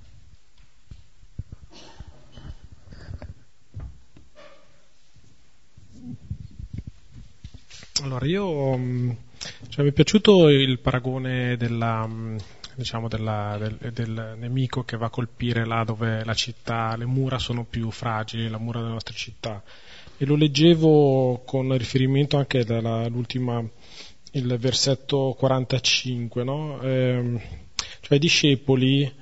Allora mi è piaciuto il paragone del nemico che va a colpire là dove la città, le mura sono più fragili, la mura delle nostre città, e lo leggevo con riferimento anche il versetto 45, no? Cioè i discepoli,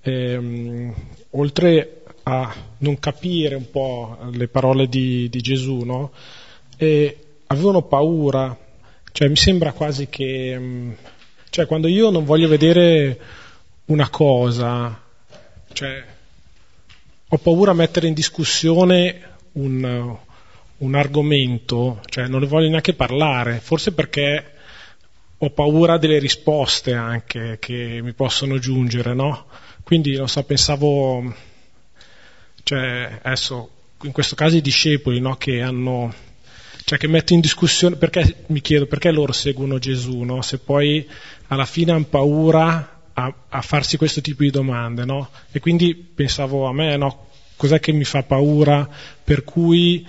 oltre a non capire un po' le parole di Gesù, no? Avevano paura Cioè mi sembra quasi che, cioè quando io non voglio vedere una cosa, cioè ho paura a mettere in discussione un argomento, cioè non ne voglio neanche parlare, forse perché ho paura delle risposte anche che mi possono giungere, no? Quindi non so, pensavo, cioè adesso in questo caso i discepoli, no, che hanno, cioè che metto in discussione, perché mi chiedo perché loro seguono Gesù, no? Se poi alla fine hanno paura a farsi questo tipo di domande, no? E quindi pensavo a me, no? Cos'è che mi fa paura, per cui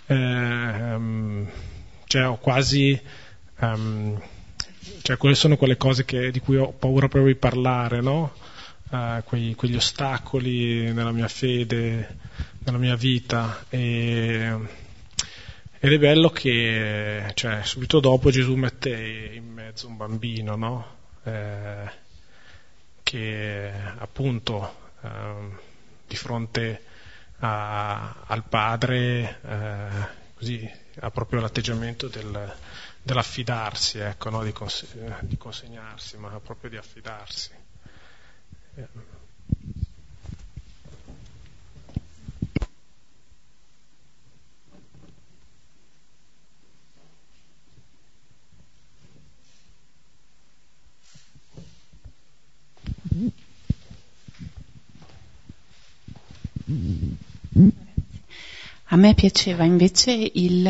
cioè ho quasi cioè quelle sono quelle cose di cui ho paura proprio di parlare, no? Quegli ostacoli nella mia fede, nella mia vita, ed è bello che, cioè, subito dopo Gesù mette in mezzo un bambino, no? Che appunto di fronte al padre così ha proprio l'atteggiamento dell'affidarsi, ecco, no? Di consegnarsi, ma proprio di affidarsi. A me piaceva invece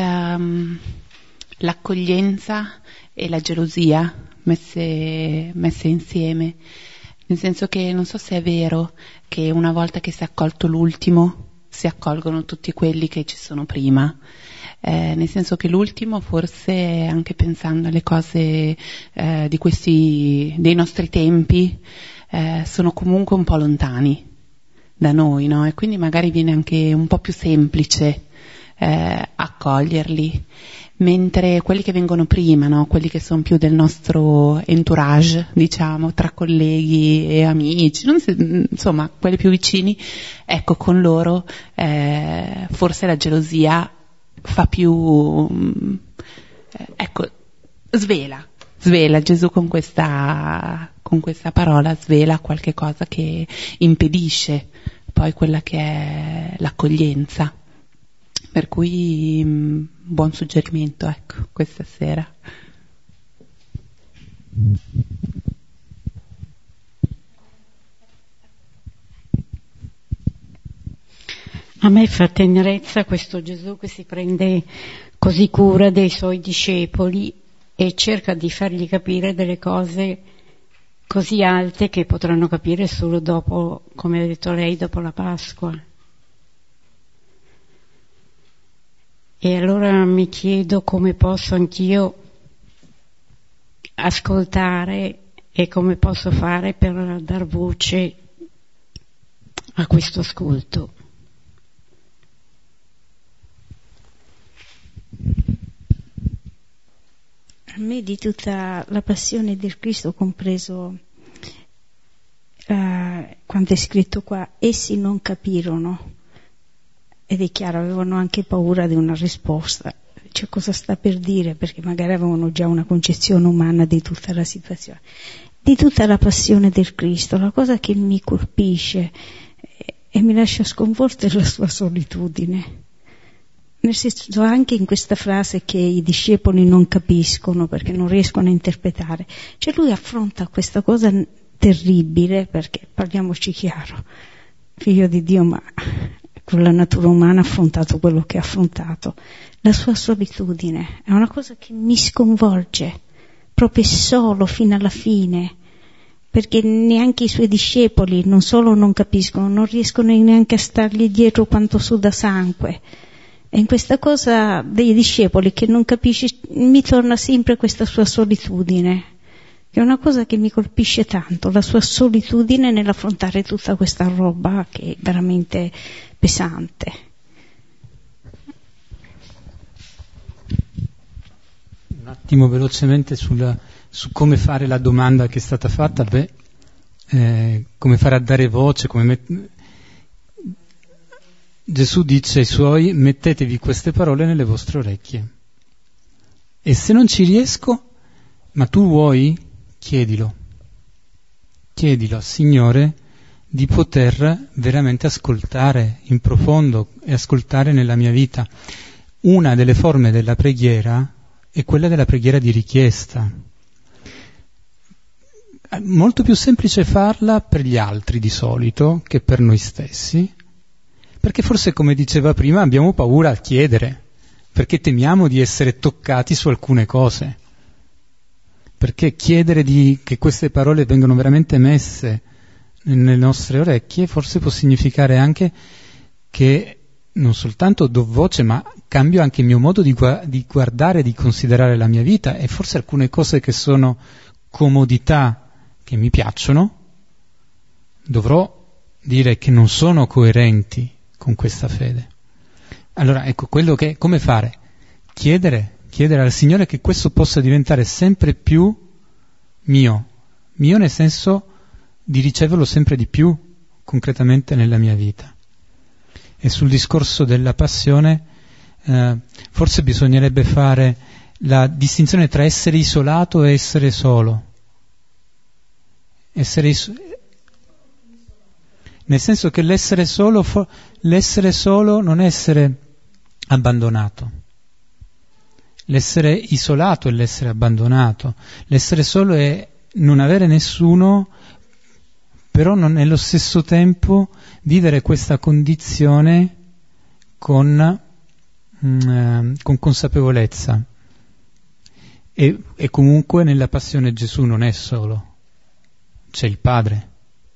l'accoglienza e la gelosia messe insieme, nel senso che non so se è vero che una volta che si è accolto l'ultimo si accolgono tutti quelli che ci sono prima, nel senso che l'ultimo, forse anche pensando alle cose dei nostri tempi, sono comunque un po' lontani da noi, no? E quindi magari viene anche un po' più semplice accoglierli, mentre quelli che vengono prima, no? Quelli che sono più del nostro entourage, diciamo, tra colleghi e amici, insomma, quelli più vicini, ecco, con loro forse la gelosia fa più, ecco, svela Gesù con questa parola, svela qualche cosa che impedisce poi quella che è l'accoglienza. Per cui buon suggerimento, ecco, questa sera. A me fa tenerezza questo Gesù che si prende così cura dei suoi discepoli e cerca di fargli capire delle cose così alte che potranno capire solo dopo, come ha detto lei, dopo la Pasqua. E allora mi chiedo come posso anch'io ascoltare e come posso fare per dar voce a questo ascolto. A me di tutta la passione del Cristo, compreso quando è scritto qua, essi non capirono, ed è chiaro, avevano anche paura di una risposta, cioè cosa sta per dire, perché magari avevano già una concezione umana di tutta la situazione, di tutta la passione del Cristo. La cosa che mi colpisce e mi lascia sconvolta è la sua solitudine. Nel senso, anche in questa frase che i discepoli non capiscono perché non riescono a interpretare, cioè lui affronta questa cosa terribile, perché parliamoci chiaro, figlio di Dio, ma con la natura umana ha affrontato quello che ha affrontato. La sua solitudine è una cosa che mi sconvolge, proprio solo fino alla fine, perché neanche i suoi discepoli non solo non capiscono, non riescono neanche a stargli dietro quanto suda sangue. E in questa cosa dei discepoli che non capisci, mi torna sempre questa sua solitudine, che è una cosa che mi colpisce tanto, la sua solitudine nell'affrontare tutta questa roba che è veramente pesante. Un attimo velocemente su come fare la domanda che è stata fatta, come fare a dare voce, Gesù dice ai suoi: mettetevi queste parole nelle vostre orecchie, e se non ci riesco Ma tu vuoi? Chiedilo al Signore di poter veramente ascoltare in profondo e ascoltare nella mia vita. Una delle forme della preghiera è quella della preghiera di richiesta. Molto più semplice farla per gli altri di solito che per noi stessi, perché forse, come diceva prima, abbiamo paura a chiedere, perché temiamo di essere toccati su alcune cose, perché chiedere che queste parole vengano veramente messe nelle nostre orecchie forse può significare anche che non soltanto do voce, ma cambio anche il mio modo di guardare, di considerare la mia vita, e forse alcune cose che sono comodità, che mi piacciono, dovrò dire che non sono coerenti con questa fede. Allora, ecco, come fare? Chiedere al Signore che questo possa diventare sempre più mio nel senso di riceverlo sempre di più concretamente nella mia vita. E sul discorso della passione forse bisognerebbe fare la distinzione tra essere isolato e essere solo. Nel senso che l'essere solo non è essere abbandonato. L'essere isolato è l'essere abbandonato. L'essere solo è non avere nessuno, però nello stesso tempo vivere questa condizione con consapevolezza. E comunque nella passione Gesù non è solo, c'è il Padre.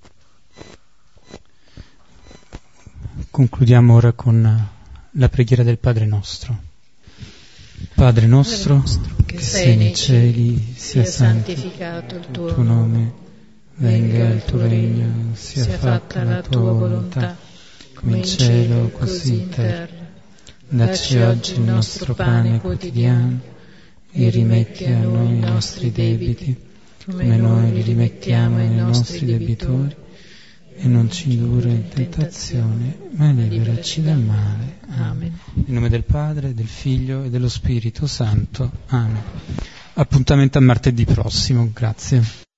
Concludiamo ora con la preghiera del Padre nostro. Padre nostro, che sei nei cieli, sia santificato il tuo nome, venga il tuo regno, sia fatta la tua volontà, come in cielo così in terra. Dacci oggi il nostro pane quotidiano e rimetti a noi i nostri debiti, come noi li rimettiamo ai nostri debitori, e non ci indurre in tentazione, ma liberaci dal male. Amen. In nome del Padre, del Figlio e dello Spirito Santo. Amen. Appuntamento a martedì prossimo. Grazie.